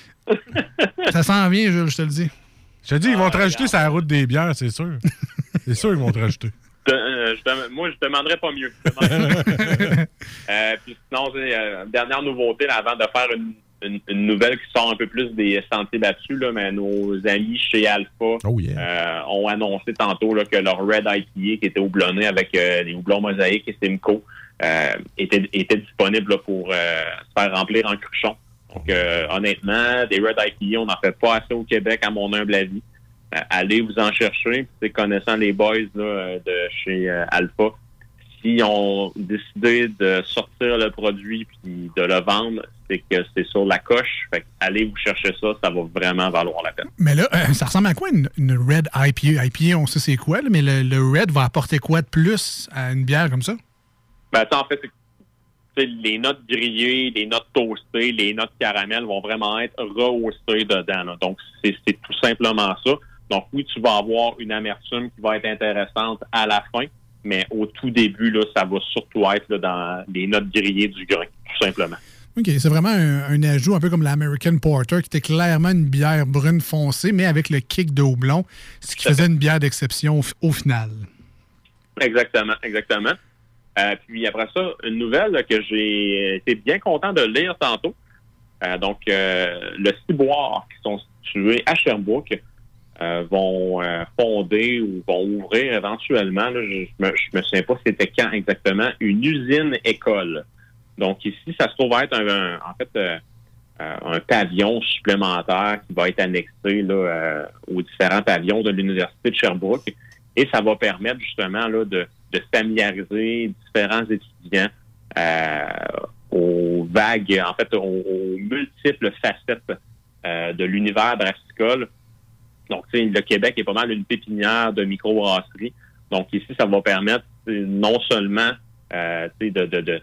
Ça s'en vient, Jules, je te le dis. Je te dis, ils vont te rajouter sa route des bières, c'est sûr. C'est sûr qu'ils vont te rajouter. De, euh, je, moi, je demanderais pas mieux. Demanderais. euh, puis sinon, c'est euh, dernière nouveauté là, avant de faire une, une, une nouvelle qui sort un peu plus des sentiers battus, là, mais nos amis chez Alpha oh yeah. euh, ont annoncé tantôt là, que leur Red I P A qui était houblonné avec euh, les houblons mosaïques et Simcoe euh, était, était disponible là, pour euh, se faire remplir en cruchon. Donc, euh, honnêtement, des Red I P A, on n'en fait pas assez au Québec, à mon humble avis. Euh, allez vous en chercher. Puis, connaissant les boys là, de chez euh, Alpha, s'ils ont décidé de sortir le produit puis de le vendre, c'est que c'est sur la coche. Fait que allez vous chercher ça, ça va vraiment valoir la peine. Mais là, euh, ça ressemble à quoi une, une Red I P A? I P A, on sait c'est quoi, là, mais le, le Red va apporter quoi de plus à une bière comme ça? Ben, ça, en fait, c'est les notes grillées, les notes toastées, les notes caramel vont vraiment être rehaussées dedans. Là. Donc, c'est, c'est tout simplement ça. Donc, oui, tu vas avoir une amertume qui va être intéressante à la fin, mais au tout début, là, ça va surtout être là, dans les notes grillées du grain, tout simplement. OK, c'est vraiment un, un ajout un peu comme l'American Porter, qui était clairement une bière brune foncée, mais avec le kick de houblon, ce qui faisait une bière d'exception au, au final. Exactement, exactement. Euh, puis après ça, une nouvelle là, que j'ai été bien content de lire tantôt. Euh, donc, euh, le Ciboire, qui sont situés à Sherbrooke, euh, vont euh, fonder ou vont ouvrir éventuellement, là, je, je, me, je me souviens pas c'était quand exactement, une usine-école. Donc ici, ça se trouve être un, un, en fait euh, un pavillon supplémentaire qui va être annexé là, euh, aux différents pavillons de l'Université de Sherbrooke. Et ça va permettre justement là, de, de familiariser différents étudiants euh, aux vagues, en fait, aux, aux multiples facettes euh, de l'univers brassicole. Donc, tu sais, le Québec est pas mal une pépinière de microbrasserie. Donc, ici, ça va permettre non seulement euh, tu sais, de, de, de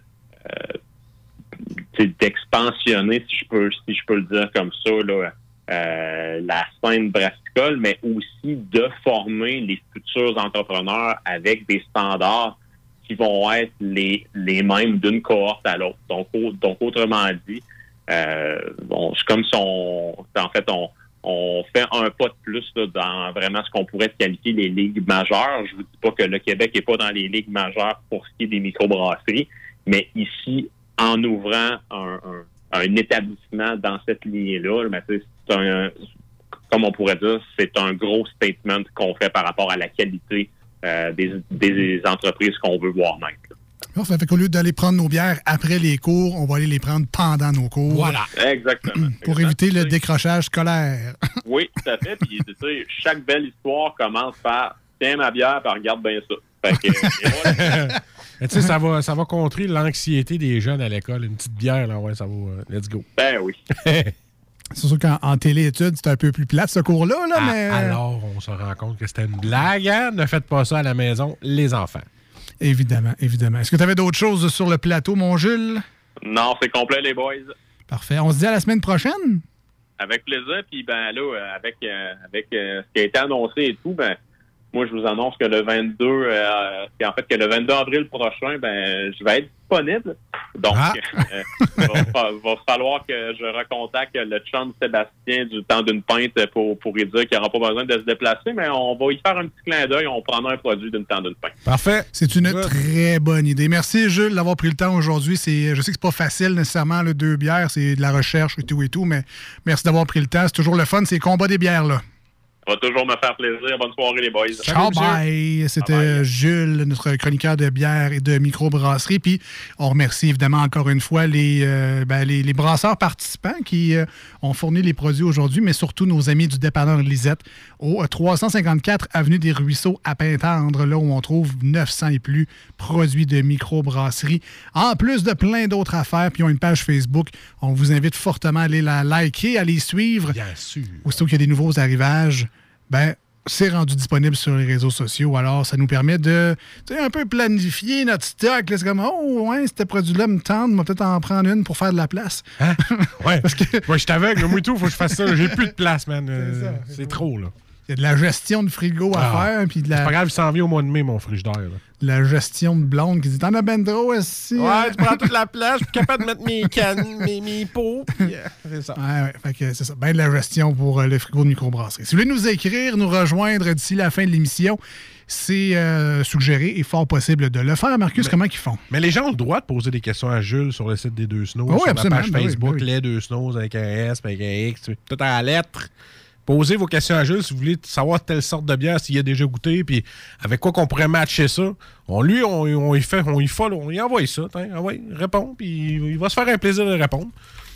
euh, d'expansionner, si je peux, si je peux le dire comme ça, là, euh, la scène brassicole, mais aussi de former les futurs entrepreneurs avec des standards qui vont être les, les mêmes d'une cohorte à l'autre. Donc, au, donc autrement dit, euh, bon, c'est comme si on, en fait, on, on fait un pas de plus là, dans vraiment ce qu'on pourrait qualifier les ligues majeures. Je vous dis pas que le Québec n'est pas dans les ligues majeures pour ce qui est des microbrasseries, mais ici, en ouvrant un, un, un établissement dans cette lignée-là, mais c'est un, comme on pourrait dire, c'est un gros statement qu'on fait par rapport à la qualité euh, des, des entreprises qu'on veut voir naître. Ça fait qu'au lieu d'aller prendre nos bières après les cours, on va aller les prendre pendant nos cours. Voilà. Exactement. Pour Exactement. éviter le décrochage scolaire. Oui, tout à fait. Puis, tu sais, chaque belle histoire commence par « Tiens ma bière, puis regarde bien ça ». Fait que, et voilà. Tu sais, ça va, ça va contrer l'anxiété des jeunes à l'école. Une petite bière, là, ouais, ça va. Uh, let's go. Ben oui. C'est sûr qu'en en téléétudes, c'est un peu plus plate, ce cours-là, là, ah, mais... Alors, on se rend compte que c'était une blague, hein? Ne faites pas ça à la maison, les enfants. Évidemment, évidemment. Est-ce que tu avais d'autres choses sur le plateau, mon Jules? Non, c'est complet, les boys. Parfait. On se dit à la semaine prochaine? Avec plaisir. Puis, ben là, avec, euh, avec euh, ce qui a été annoncé et tout, ben... Moi, je vous annonce que le vingt-deux, euh, en fait, que le vingt-deux avril prochain, ben, je vais être disponible. Donc, ah. euh, il va, va falloir que je recontacte le chum Sébastien du temps d'une pinte pour, pour lui dire qu'il n'aura pas besoin de se déplacer, mais on va y faire un petit clin d'œil. On prendra un produit d'une temps d'une pinte. Parfait. C'est une ouais. très bonne idée. Merci, Jules, d'avoir pris le temps aujourd'hui. C'est, je sais que c'est pas facile, nécessairement, le deux bières. C'est de la recherche et tout et tout, mais merci d'avoir pris le temps. C'est toujours le fun, c'est les combats des bières, là. Ça va toujours me faire plaisir. Bonne soirée, les boys. Ciao, bye. C'était bye bye. Jules, notre chroniqueur de bière et de microbrasserie. Puis, on remercie évidemment encore une fois les, euh, ben, les, les brasseurs participants qui euh, ont fourni les produits aujourd'hui, mais surtout nos amis du dépanneur Lisette au trois cent cinquante-quatre avenue des Ruisseaux à Pintendre, là où on trouve neuf cents et plus produits de microbrasserie. En plus de plein d'autres affaires, puis ils ont une page Facebook. On vous invite fortement à aller la liker, à les suivre. Bien sûr. Aussitôt qu'il y a des nouveaux arrivages, ben, c'est rendu disponible sur les réseaux sociaux. Alors, ça nous permet de un peu planifier notre stock. Là, c'est comme, oh, ouais, ce produit-là me tente, on va peut-être en prendre une pour faire de la place. Hein? Ouais. Parce que... ouais, je suis aveugle, moi et tout, il faut que je fasse ça. J'ai plus de place, man. C'est, ça, c'est, c'est trop, là. Il y a de la gestion de frigo à ah. faire. Puis de la... C'est pas grave, il s'en vient au mois de mai, mon frigidaire. Là. La gestion de blonde qui dit t'en as ben trop aussi. Ouais, hein? Tu prends toute la place, je suis capable de mettre mes cannes, mes, mes pots. Puis, euh, c'est ça. Ouais, ouais, fait que c'est ça. Ben de la gestion pour euh, le frigo de microbrasserie. Si vous voulez nous écrire, nous rejoindre d'ici la fin de l'émission, c'est euh, suggéré et fort possible de le faire. Marcus, mais, comment ils font? Mais les gens ont le droit de poser des questions à Jules sur le site des Deux Snows, oh, sur oui, la page ben Facebook, oui, ben oui. Les Deux Snows avec un S, avec un X, tout à la lettre. Posez vos questions à Jules si vous voulez savoir telle sorte de bière, s'il a déjà goûté, puis avec quoi qu'on pourrait matcher ça. On lui, on, on y fait, on y follow, on y envoie ça. Envoie, répond, puis il va se faire un plaisir de répondre.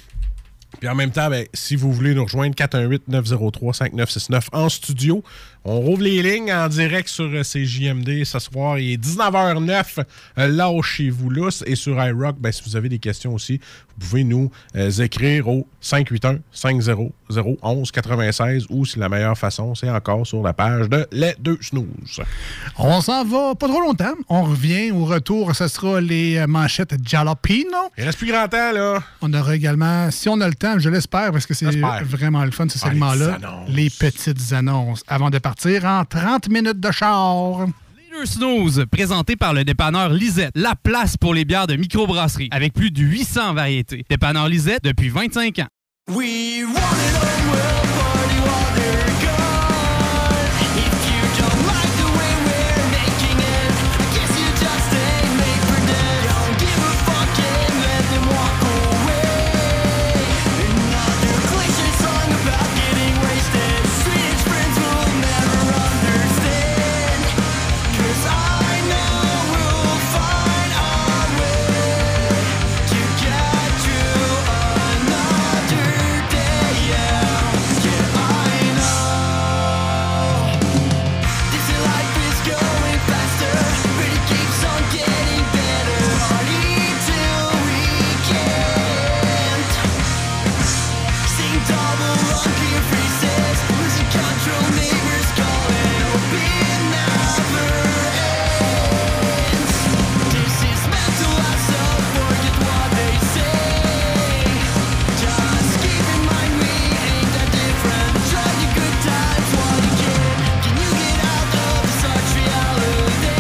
Puis en même temps, ben, si vous voulez nous rejoindre, quatre un huit neuf zéro trois cinq neuf six neuf en studio. On rouvre les lignes en direct sur C J M D ce soir. Il est dix-neuf heures neuf euh, là où chez vous là. Et sur iRock, ben, si vous avez des questions aussi, vous pouvez nous euh, écrire au cinq huit un cinq zéro zéro onze quatre-vingt-seize ou si la meilleure façon, c'est encore sur la page de Les Deux Snooze. On s'en va pas trop longtemps. On revient. Au retour, ce sera les manchettes Jalapeno. Il reste plus grand temps, là. On aura également, si on a le temps, je l'espère, parce que c'est J'espère. vraiment le fun, ce segment-là, ah, les, les petites annonces. Avant de partir en trente minutes de char. Deux Snooze, présenté par le dépanneur Lisette, la place pour les bières de microbrasserie, avec plus de huit cents variétés. Dépanneur Lisette depuis vingt-cinq ans. We wanted a world party while they're gone. If you don't like the way we're making it, I guess you just ain't made for this. Don't give a fuck and let them walk away. Another cliche song about getting wasted. Swedish friends will never understand. Cause I know we'll find our way to get through another day, yeah, yeah, I know. This life is going faster, but it keeps on getting better. Party till we can't. Sing double on clear faces, losing control, neighbors calling, hope it never ends. This is meant to last, so forget what they say. Just keep in mind we ain't that different. Try the good times while you can. Can you get out of this harsh reality?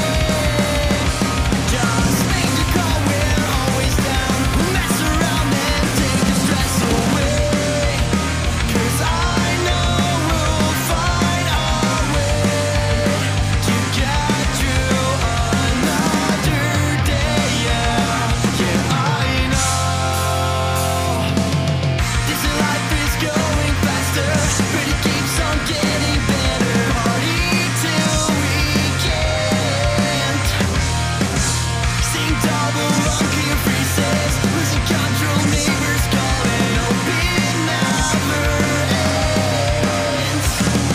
Just make the call, we're always down. Mess around and take the stress away. Cause I know we'll find our way to get through another day, yeah, yeah, I know. This life is going faster, but it keeps on getting better. Party till we can't. Sing double on clear faces, losing control, neighbors calling, hope it never ends.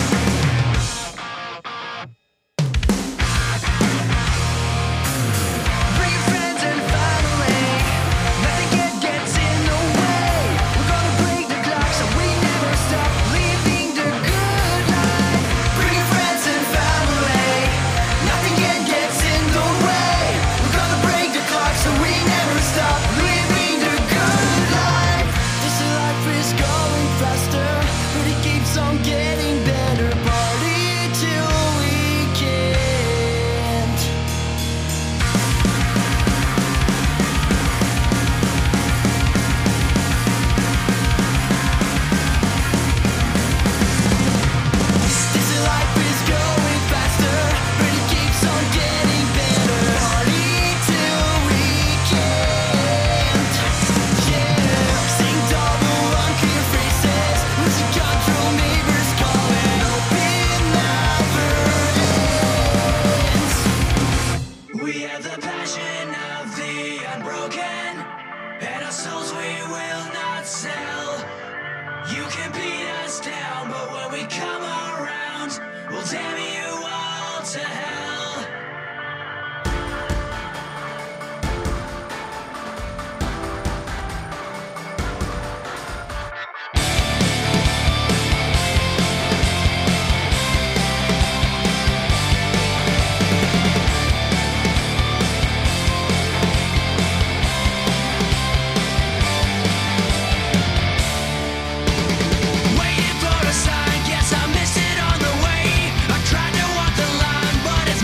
Bring your friends and family, nothing get gets in the way. We're gonna break the clock so we never stop living the good life. Bring your friends and family, nothing get gets in the way. We're gonna break the clock so we never stop living the good life. This life is going faster, but it keeps on getting better. Party till we can't. This life is going faster, but it keeps on getting better. Party till we can't. Yeah, sing double on clear faces, losing control, neighbors calling, hope it never ends. We have the passion of the unbroken, and our souls we will not sell. You can beat us down, but when we come around, we'll damn you all to hell. Waiting for a sign, guess I missed it on the way. I tried to walk the line, but it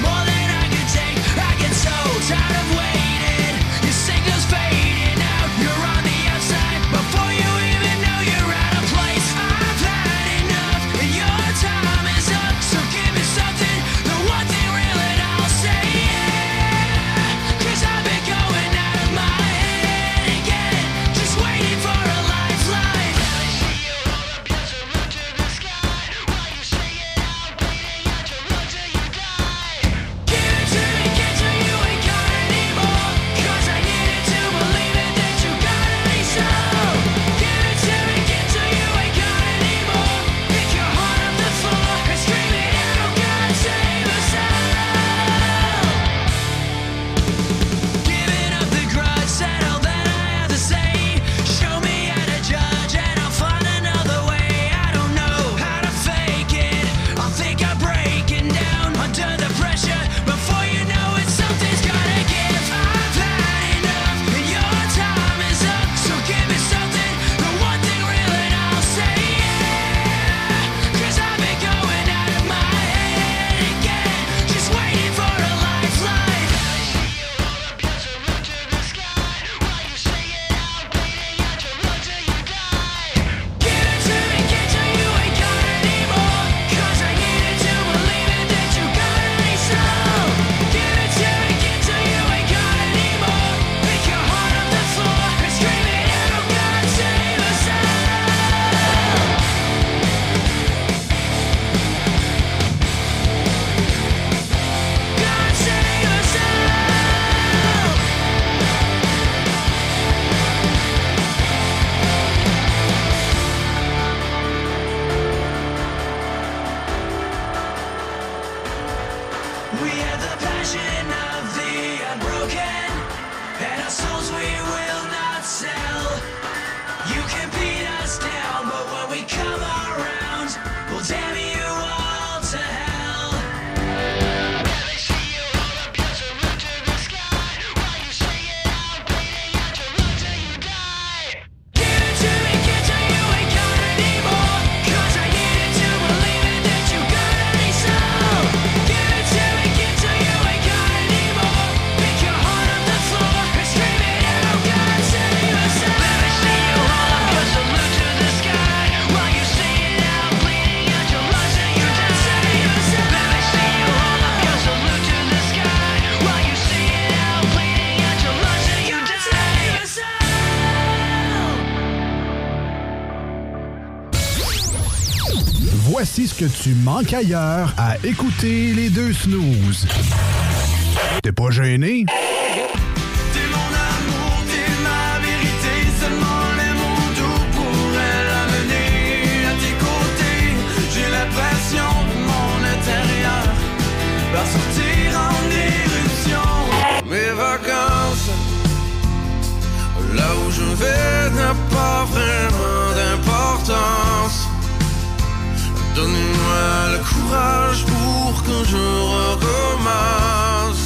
Voici ce que tu manques ailleurs à écouter les deux snooze. T'es pas gêné? T'es mon amour, t'es ma vérité. Seulement les mots doux pourraient l'amener à tes côtés. J'ai l'impression que mon intérieur va sortir en éruption. Mes vacances, là où je vais, n'a pas vraiment d'importance. Donnez-moi le courage pour que je recommence.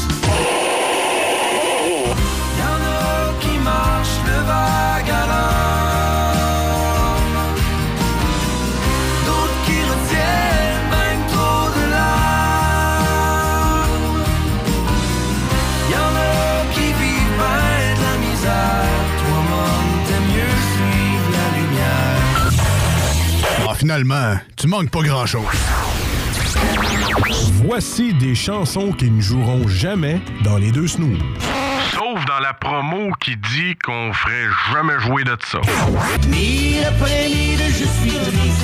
Y'en a qui marchent le vague à l'an, d'autres qui retiennent même trop de larmes. Y'en a qui vivent bien de la misère. Toi, mon, t'aimes mieux suivre la lumière. Ah, finalement, tu manques pas grand-chose. Voici des chansons qui ne joueront jamais dans les deux snooze. Sauf dans la promo qui dit qu'on ferait jamais jouer de ça. Mille après mille, je suis triste.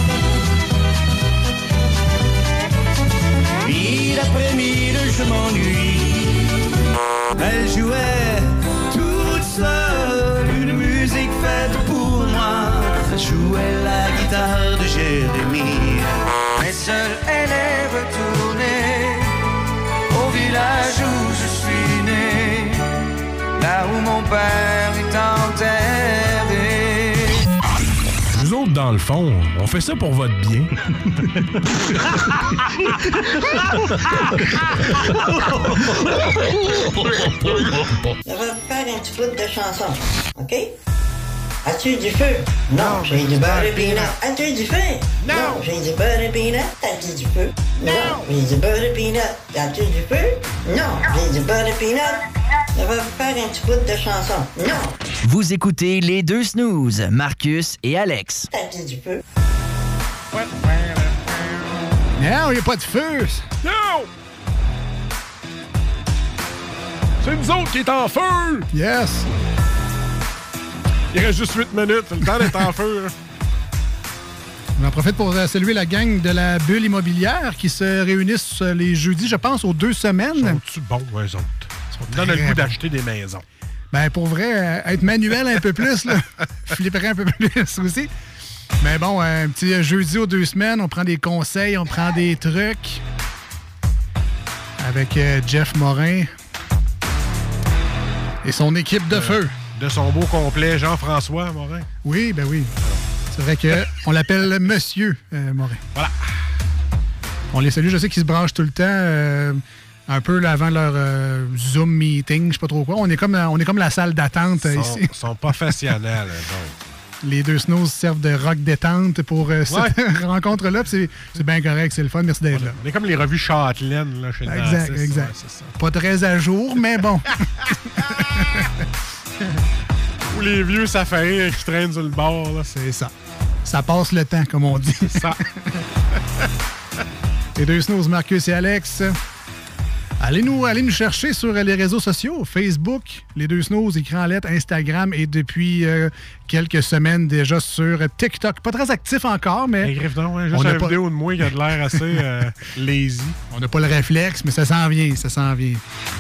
Mille après mille, je m'ennuie. Elle jouait toute seule une musique faite pour moi. Elle jouait la guitare de Jérémie. Mais seule elle est retournée au village où je suis né, là où mon père est enterré. Nous autres, dans le fond, on fait ça pour votre bien. On va faire un petit bout de chanson, OK? As-tu du feu? Non, j'ai du beurre et peanut. As-tu du feu? Non, j'ai du beurre et peanut. As-tu du feu? Non, j'ai du beurre et peanut. As-tu du feu? Non, j'ai du beurre et peanut. On va faire un petit bout de chanson. Non. Vous écoutez les deux snooze, Marcus et Alex. As-tu du feu? Non, il n'y a pas de feu. Non! C'est nous autres qui est en feu! Yes! Il reste juste huit minutes, le temps d'être en feu. Là. On en profite pour saluer la gang de la bulle immobilière qui se réunissent les jeudis, je pense, aux deux semaines. Sont-tu bons, eux autres? Ils donnent le goût d'acheter des maisons. Ben, pour vrai, être manuel un peu plus, là. Flipperait un peu plus aussi. Mais bon, un petit jeudi aux deux semaines, on prend des conseils, on prend des trucs. Avec euh, Jeff Morin et son équipe de euh, feu. De son beau complet, Jean-François Morin. Oui, ben oui. C'est vrai qu'on l'appelle Monsieur euh, Morin. Voilà. On les salue, je sais qu'ils se branchent tout le temps, euh, un peu là, avant leur euh, Zoom meeting, je sais pas trop quoi. On est comme, on est comme la salle d'attente Ils ici. Ils sont professionnels, donc. Les deux snooze servent de rock détente pour euh, cette ouais. rencontre-là. C'est, c'est bien correct, c'est le fun. Merci d'être on, là. On est comme les revues Châtelaine là, chez le Exact, dentiste, exact. Ouais, c'est ça. Pas très à jour, mais bon. Ou les vieux safaris qui traînent sur le bord. Là. C'est ça. Ça passe le temps, comme on dit. C'est ça. Les deux snooze, Marcus et Alex. Allez nous, allez nous chercher sur les réseaux sociaux. Facebook, les deux snooze, écrit en lettres, Instagram et depuis euh, quelques semaines déjà sur TikTok. Pas très actif encore, mais... Hey, griffe donc, hein, juste une pas... vidéo de moi qui a de l'air assez euh, lazy. On n'a pas le réflexe, mais ça s'en vient, ça s'en vient.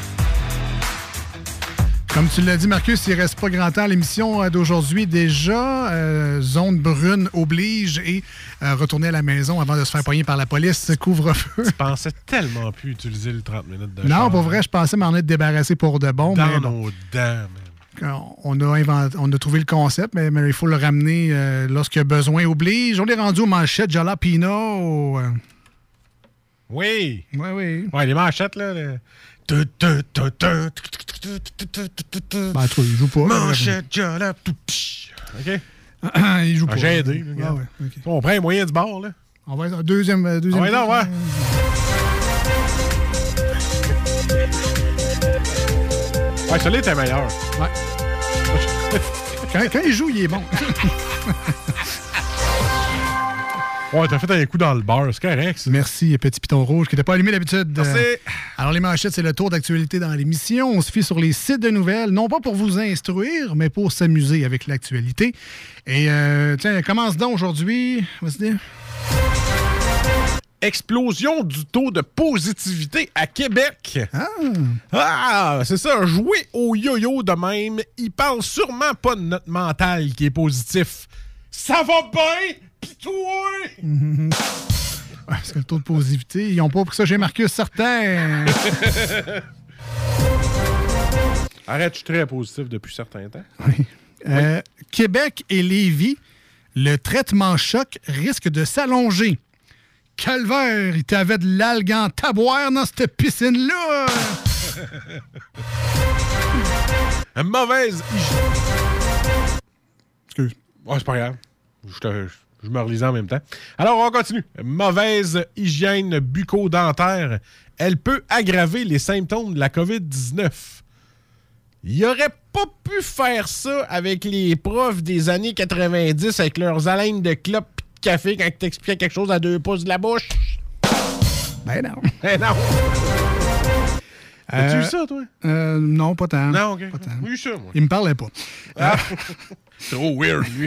Comme tu l'as dit, Marcus, il ne reste pas grand temps à l'émission d'aujourd'hui. Déjà, euh, zone brune oblige et euh, retourner à la maison avant de se faire poigner par la police. Couvre-feu. Tu pensais tellement plus utiliser le trente minutes de Non, char. pour vrai, je pensais m'en être débarrassé pour de bon. Dans mais nos bon. dents, man. On a, inventé, on a trouvé le concept, mais, mais il faut le ramener euh, lorsque besoin oblige. On est rendu aux manchettes Jalapino. Euh... Oui. Oui, oui. Ouais, les manchettes, là... Le... Ben, toi, il joue pas. Manchette, Jalap, OK? Il joue ah, pas. J'ai aidé. Ah, ouais, okay. On prend un moyen du bord, là. On va être deuxième. deuxième on va être là, ouais. Ouais, celui-là était meilleur. Ouais. quand, quand il joue, il est bon. Ouais, t'as fait un coup dans le beurre, c'est correct. Ça. Merci, Petit Piton Rouge, qui n'était pas allumé d'habitude. Merci. Euh, alors, les manchettes, c'est le tour d'actualité dans l'émission. On se fie sur les sites de nouvelles, non pas pour vous instruire, mais pour s'amuser avec l'actualité. Et, euh, tiens, commence donc aujourd'hui. Vas-y. Explosion du taux de positivité à Québec. Ah, ah c'est ça. Jouer au yo-yo de même, il parle sûrement pas de notre mental qui est positif. Ça va bien, pis toi? Mm-hmm. Ouais, parce que le taux de positivité, ils n'ont pas pris ça chez Marcus, certains. Arrête, je suis très positif depuis certains temps. Oui. Euh, oui. Québec et Lévis, le traitement choc risque de s'allonger. Calvaire, il t'avait de l'algue en taboire dans cette piscine-là! Une mauvaise hygiène. Excuse. Oh, c'est pas grave. Je, te, je me relisais en même temps. Alors, on continue. Mauvaise hygiène bucco-dentaire. Elle peut aggraver les symptômes de la covid dix-neuf. Il aurait pas pu faire ça avec les profs des années quatre-vingt-dix avec leurs haleines de clopes café quand tu expliquais quelque chose à deux pouces de la bouche? Ben non. Ben non. As-tu euh, eu ça, toi? Euh, non, pas tant. Non, OK. Pas tant. Oui, ça, moi. Il me parlait pas. Ah. Trop weird, lui.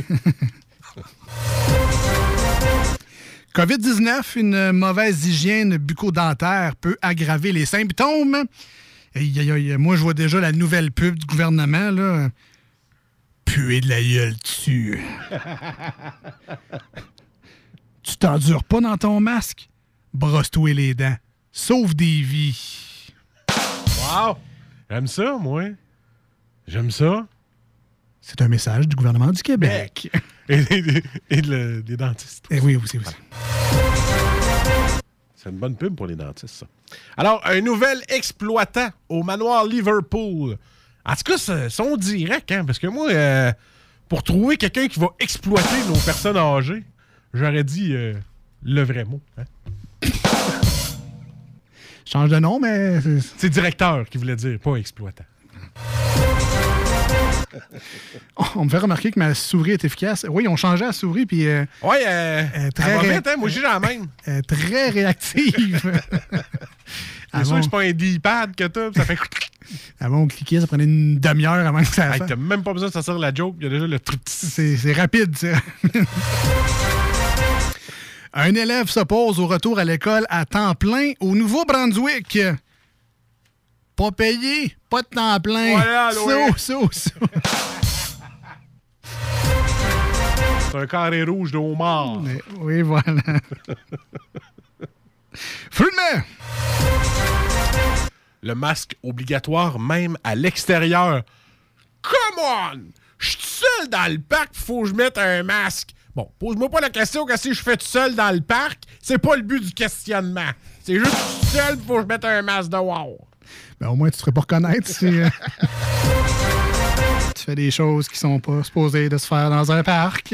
covid dix-neuf, une mauvaise hygiène bucco-dentaire peut aggraver les symptômes. Et y a, y a, moi, je vois déjà la nouvelle pub du gouvernement, là. Puer de la gueule dessus. Tu t'endures pas dans ton masque? Brosse-toi les dents. Sauve des vies. Wow! J'aime ça, moi. J'aime ça. C'est un message du gouvernement du Québec. Et, et, et le, des dentistes. Et oui, aussi, aussi. C'est une bonne pub pour les dentistes, ça. Alors, un nouvel exploitant au manoir Liverpool. En tout cas, c'est son direct, hein, parce que moi, euh, pour trouver quelqu'un qui va exploiter nos personnes âgées, j'aurais dit euh, le vrai mot. Hein? Change de nom, mais... C'est directeur qui voulait dire, pas exploitant. Oh, on me fait remarquer que ma souris est efficace. Oui, on changeait la souris, puis... Euh, oui, euh, euh, très ré... vite, hein? Moi aussi, j'en ai même. Euh, très réactive. C'est sûr que c'est pas un D-pad que t'as, ça fait... Avant on cliquait, ça prenait une demi-heure avant que ça... Hey, t'as même pas besoin de sortir la joke, il y a déjà le truc... C'est rapide, c'est rapide. Un élève s'oppose au retour à l'école à temps plein au Nouveau-Brunswick. Pas payé, pas de temps plein. Voilà, so, so, so. C'est un carré rouge de homard. Mais, oui, voilà. Fruit de mer! Le masque obligatoire même à l'extérieur. Come on! Je suis seul dans le parc, faut que je mette un masque. Bon, pose-moi pas la question que si je fais tout seul dans le parc, c'est pas le but du questionnement. C'est juste seul, faut que je mette un masque dehors. Ben, au moins, tu te ferais pas reconnaître si euh, tu fais des choses qui sont pas supposées de se faire dans un parc.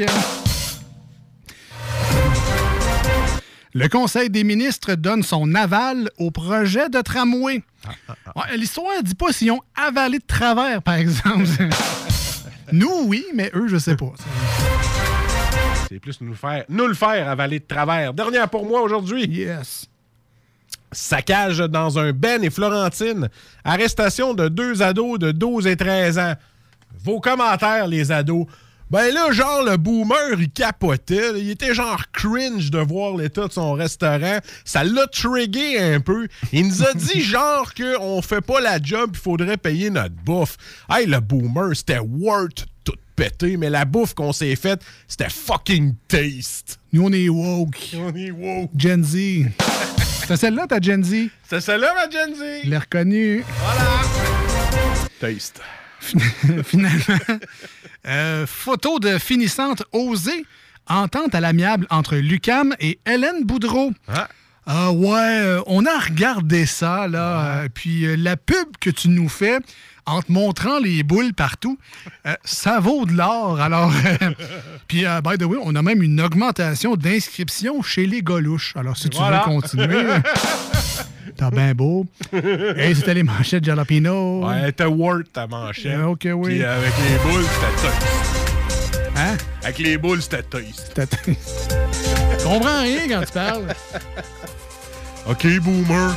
Le Conseil des ministres donne son aval au projet de tramway. Ah, ah, ah. Ouais, l'histoire ne dit pas s'ils ont avalé de travers, par exemple. Nous, oui, mais eux, je sais pas. C'est plus nous faire, nous le faire avaler de travers. Dernière pour moi aujourd'hui. Yes. Saccage dans un Ben et Florentine. Arrestation de deux ados de douze et treize ans. Vos commentaires, les ados. Ben là, genre, le boomer, il capotait. Là. Il était genre cringe de voir l'état de son restaurant. Ça l'a trigué un peu. Il nous a dit genre qu'on fait pas la job, il faudrait payer notre bouffe. Hey, le boomer, c'était worth tout pété, mais la bouffe qu'on s'est faite, c'était fucking taste. Nous, on est woke. On est woke. Gen Z. C'est celle-là, ta Gen Z? C'est celle-là, ma Gen Z. Je l'ai reconnue. Voilà. Taste. Finalement, euh, photo de finissante osée, entente à l'amiable entre Lucam et Hélène Boudreau. Ah, ah ouais, euh, on a regardé ça, là. Ah. Euh, puis euh, la pub que tu nous fais en te montrant les boules partout, euh, ça vaut de l'or. Alors, euh, puis, euh, by the way, on a même une augmentation d'inscription chez les Golouches. Alors, si tu voilà. veux continuer... T'as bien beau. Hey, c'était les manchettes Jalapeno. Ouais, t'as Word, ta manchette. Yeah, OK, oui. Puis avec les boules, c'était taste. Hein? Avec les boules, c'était taste. C'était taste. Tu comprends rien quand tu parles. OK, boomer.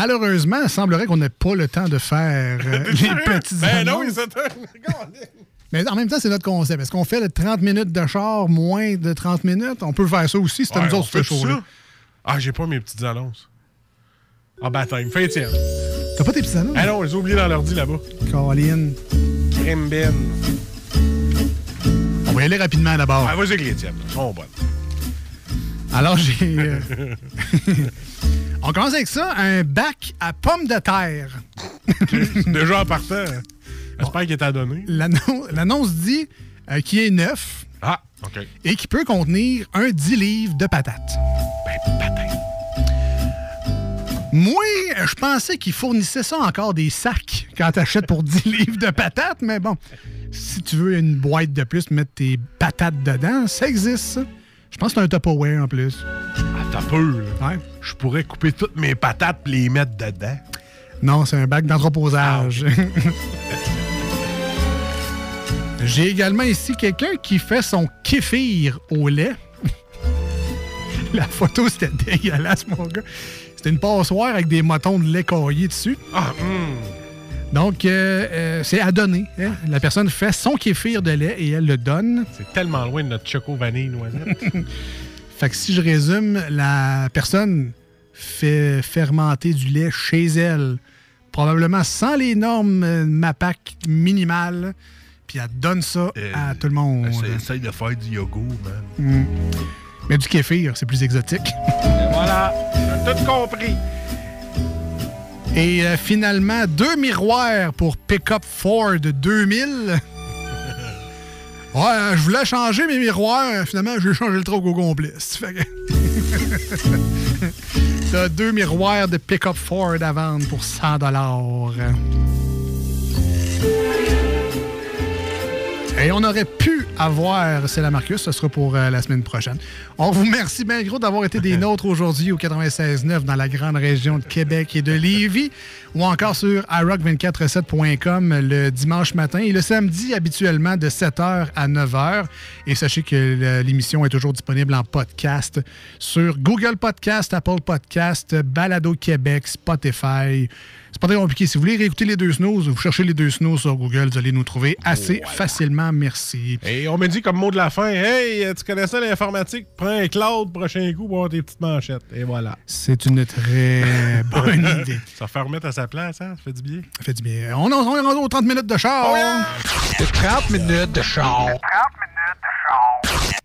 Malheureusement, il semblerait qu'on n'ait pas le temps de faire euh, les petites Ben annonces. non, ils s'attendent. Mais en même temps, c'est notre concept. Est-ce qu'on fait le trente minutes de char, moins de trente minutes? On peut faire ça aussi, c'est Ouais, nous on autres, fait ce show-là. ça? Ah, j'ai pas mes petites annonces. Ah, baptême. Fais Étienne. T'as pas tes petites annonces? Ah non, je les ai oubliés dans l'ordi là-bas. Colin. Crème ben. On va y aller rapidement d'abord. Ah, vas-y avec les tiennes. Elles sont bonnes. Alors, j'ai... euh, On commence avec ça, un bac à pommes de terre. Déjà en partant. J'espère qu'il est à donner. L'annon- L'annonce dit euh, qu'il est neuf. Ah, OK. Et qui peut contenir un dix livres de patates. Ben, patates. Moi, je pensais qu'ils fournissaient ça encore des sacs quand t'achètes pour dix livres de patates, mais bon, si tu veux une boîte de plus, mettre tes patates dedans, ça existe, ça. Je pense que c'est un Tupperware en plus. Ah, t'as peur, là. Ouais. Je pourrais couper toutes mes patates et les mettre dedans. Non, c'est un bac d'entreposage. J'ai également ici quelqu'un qui fait son kéfir au lait. La photo, c'était dégueulasse, mon gars. C'était une passoire avec des motons de lait caillés dessus. Ah, hum. Donc, euh, euh, c'est à donner. Hein? La personne fait son kéfir de lait et elle le donne. C'est tellement loin de notre choco vanille noisette. Fait que si je résume, la personne fait fermenter du lait chez elle, probablement sans les normes euh, MAPAC minimales, puis elle donne ça Euh, à tout le monde. Essaye de faire du yogourt, man. Mm. Mais du kéfir, c'est plus exotique. Et voilà, j'ai tout compris. Et euh, finalement, deux miroirs pour Pickup Ford deux mille. Ouais, je voulais changer mes miroirs. Finalement, j'ai changé le truc au complet. Fait que... T'as deux miroirs de Pickup Ford à vendre pour cent dollars. Et on aurait pu avoir, c'est la Marcus, ce sera pour euh, la semaine prochaine. On vous remercie bien gros d'avoir été des nôtres aujourd'hui au quatre-vingt-seize neuf dans la grande région de Québec et de Lévis, ou encore sur i rock deux quatre sept point com le dimanche matin et le samedi habituellement de sept heures à neuf heures. Et sachez que l'émission est toujours disponible en podcast sur Google Podcast, Apple Podcast, Balado Québec, Spotify. C'est pas très compliqué. Si vous voulez réécouter les deux snooze, vous cherchez les deux snooze sur Google, vous allez nous trouver assez voilà. facilement. Merci. Et on me dit comme mot de la fin, hey, tu connais ça l'informatique? Prends un cloud, prochain coup, pour avoir tes petites manchettes. Et voilà. C'est une très bonne idée. Ça fait remettre à sa place, hein? Ça fait du bien. Ça fait du bien. On, on est rendu aux trente minutes de char. Oh yeah! De trente minutes de char. trente minutes de char.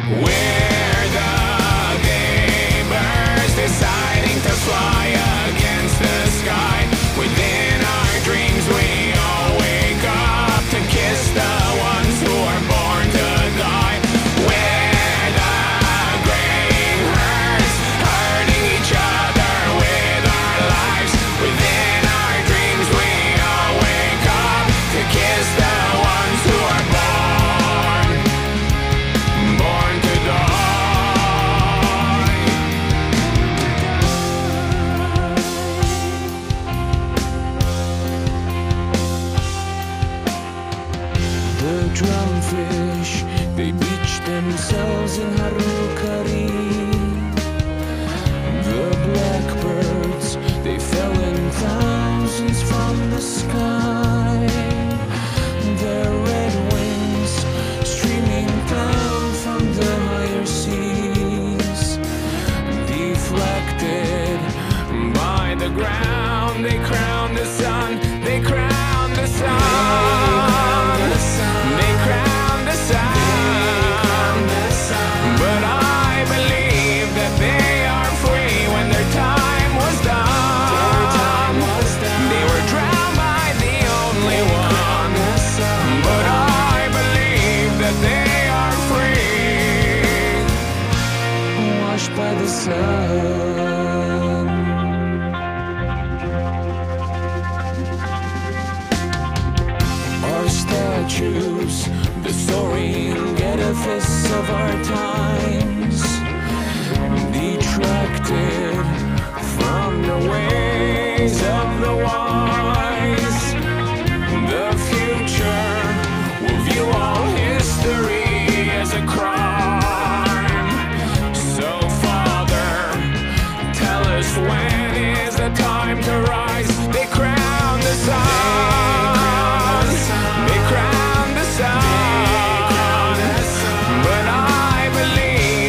We're the gamers deciding to fly against the sky. Within our dreams we all wake up to kiss the ones who are born to die. We're the graying herds, hurting each other with our lives. Within our dreams we all wake up to kiss the ones who are born, born to the drumfish, they beach themselves in Harukari. The blackbirds, they fell in thousands from the sky. Their red wings streaming down from the higher seas, deflected by the ground. They crown the sun, they crown the sun. They crown the sun, but I believe that they are free when their time was done. They were drowned by the only one, but I believe that they are free, washed by the sun. Our statues, the soaring edifice of our times, detracted from the ways of the wise. The future will view all history as a crime. So, Father, tell us when is the time to rise. They crown the sun. They crown the sun, but I believe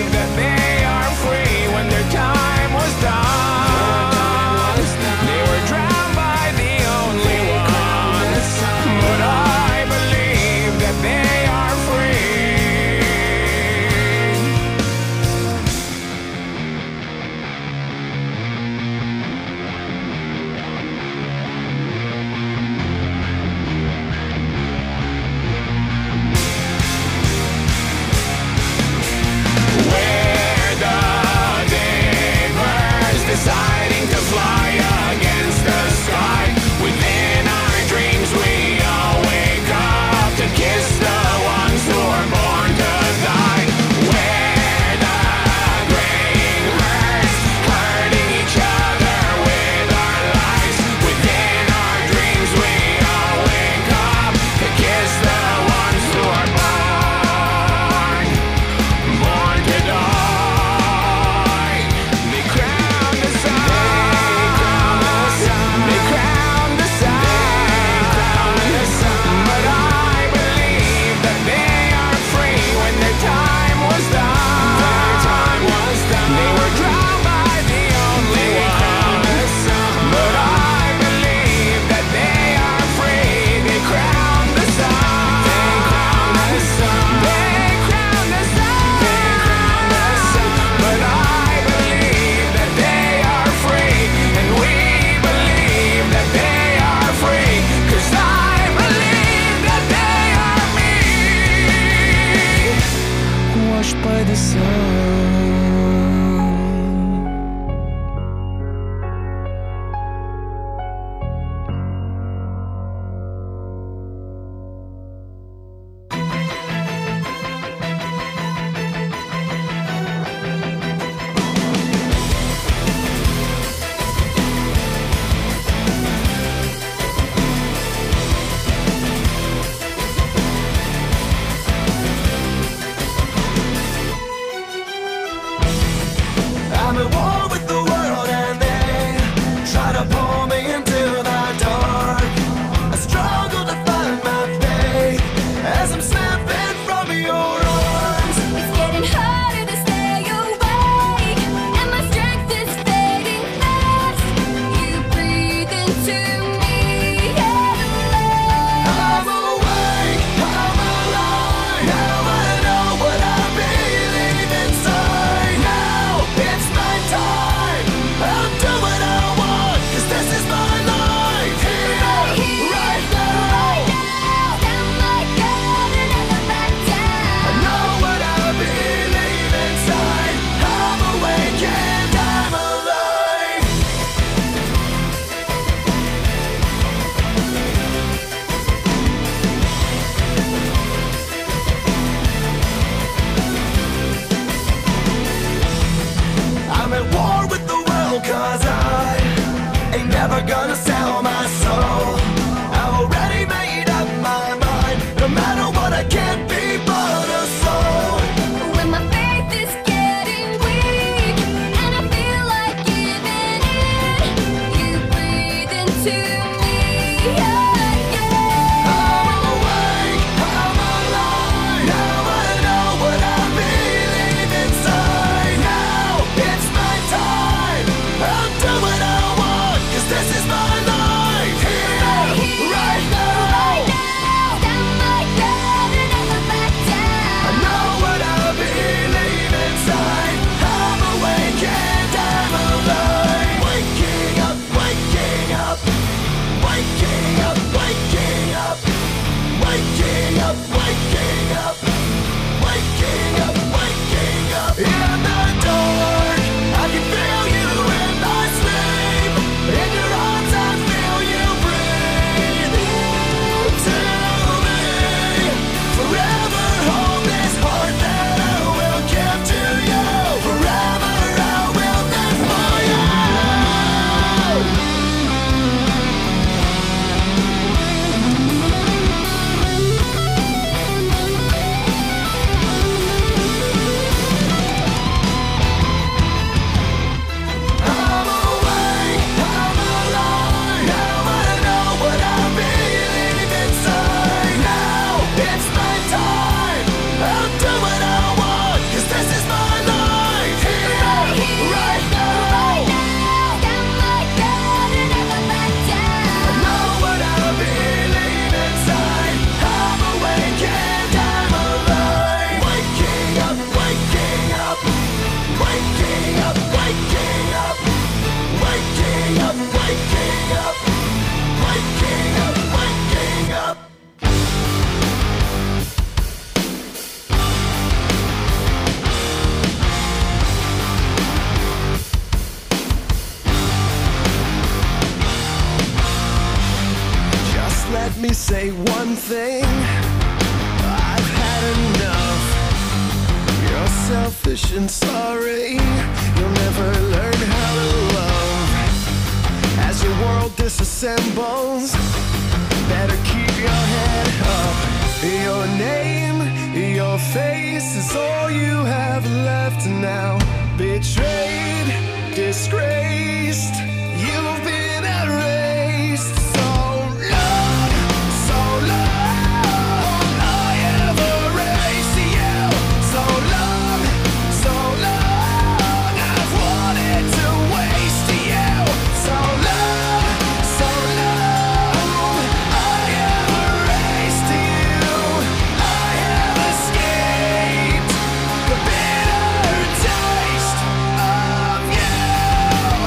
selfish and sorry. You'll never learn how to love. As your world disassembles, better keep your head up. Your name, your face is all you have left now. Betrayed, disgraced, you've been erased. So long, so long, I have erased you. So long, so long, I've wanted to waste you. So long, so long, I have erased you. I have escaped the bitter taste of you.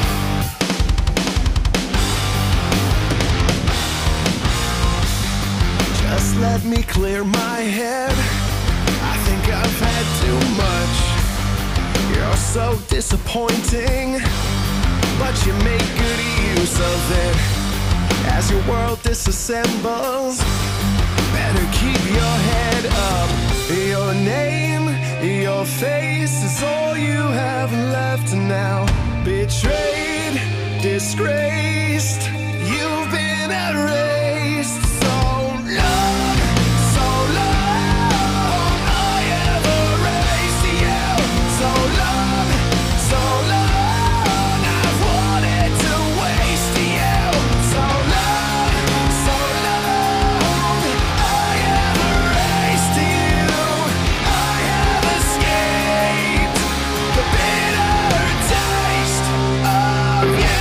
Just let me clear my head. I think I've had too much. You're so disappointing, but you make good use of it. As your world disassembles, better keep your head up. Your name, your face is all you have left now. Betrayed, disgraced, you've been erased. So long, so long, I have erased you. So long, so long, I've wanted to waste you. So long, so long, I have erased you. I have escaped the bitter taste of you.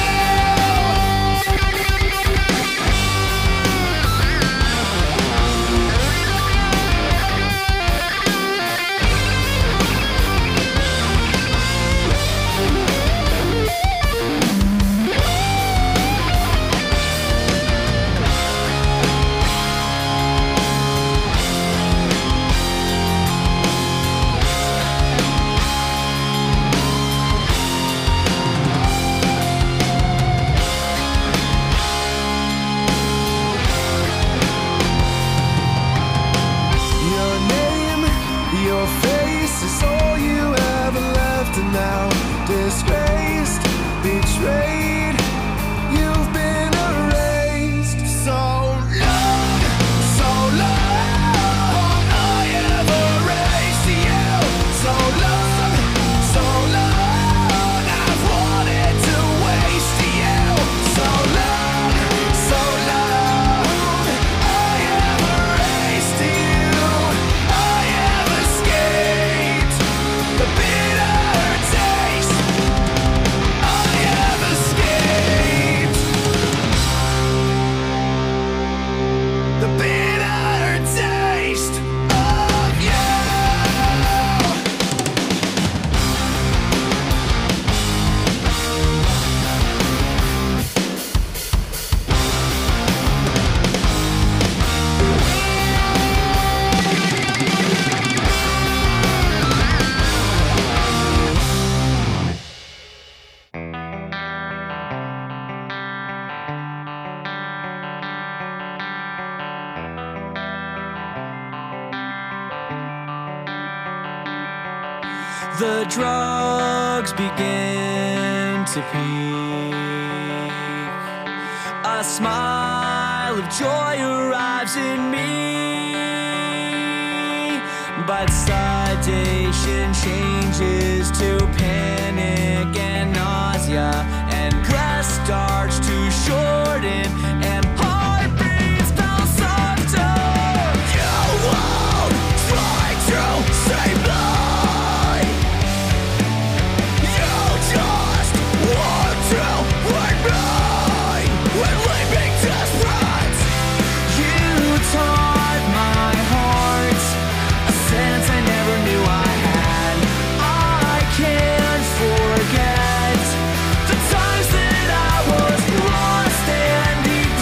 Your name, your face is all you have left now. Disgraced, betrayed, you've been erased. So long, so long, I have erased you. So long, so long, I've wanted to waste you. So long, so long, I have erased you. I have escaped the bitter taste. I have escaped the bitter taste of you. The drugs begin to peak. A smile of joy arrives in me, but sedation changes to panic and nausea, and breath starts to shorten, and heartbeats pound softer. You won't try to save me. You just want to hurt me and leave me desperate. You taught my heart a sense I never knew I had. I can't forget the times that I was lost and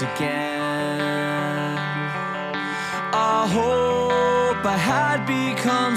again. I hope I had become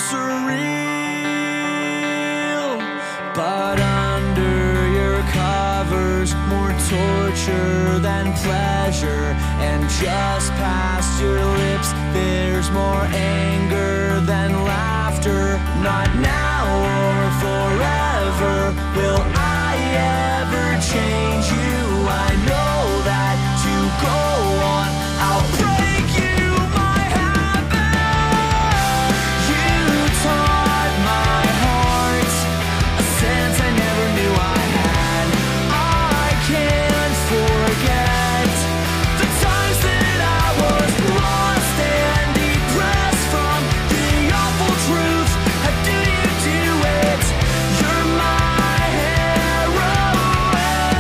surreal, but under your covers, more torture than pleasure, and just past your lips, there's more anger than laughter. Not now or forever will I ever change you. I know that to go on, I'll break you, my habit. You taught my heart a sense I never knew I had. I can't forget the times that I was lost and depressed from the awful truth. How do you do it? You're my heroine.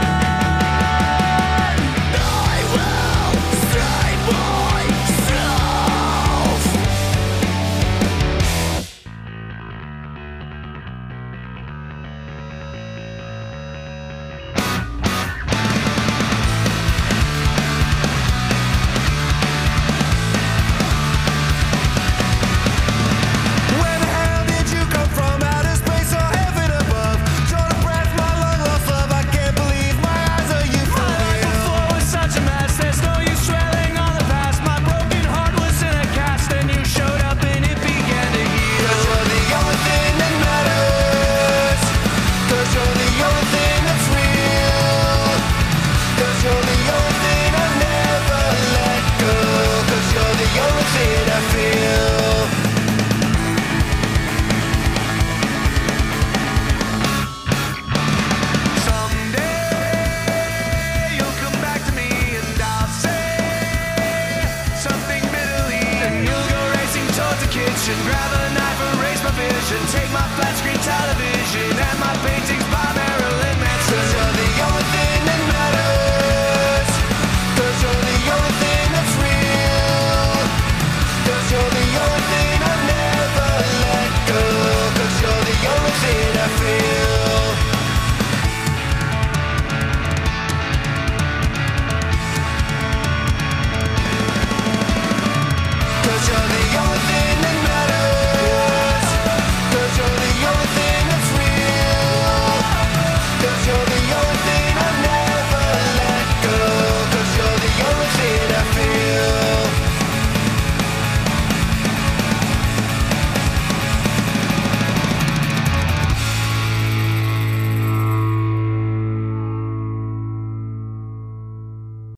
I will save myself. Where the hell did you come from? Outer space or heaven above? Drawn a breath, my long lost love. I can't believe my eyes are you for real. Before was such a mess, there's no use dwelling on the past. My broken heart was in a cast, and you showed up and it began to heal. Cause you're the only thing that matters. Cause you're the only thing that's real. Cause you're the only thing I never let go. Cause you're the only thing I feel. Someday you'll come back to me and I'll say something bitterly, and you'll go racing towards the kitchen, grab a knife, erase my vision, take my flat screen television and my paintings by their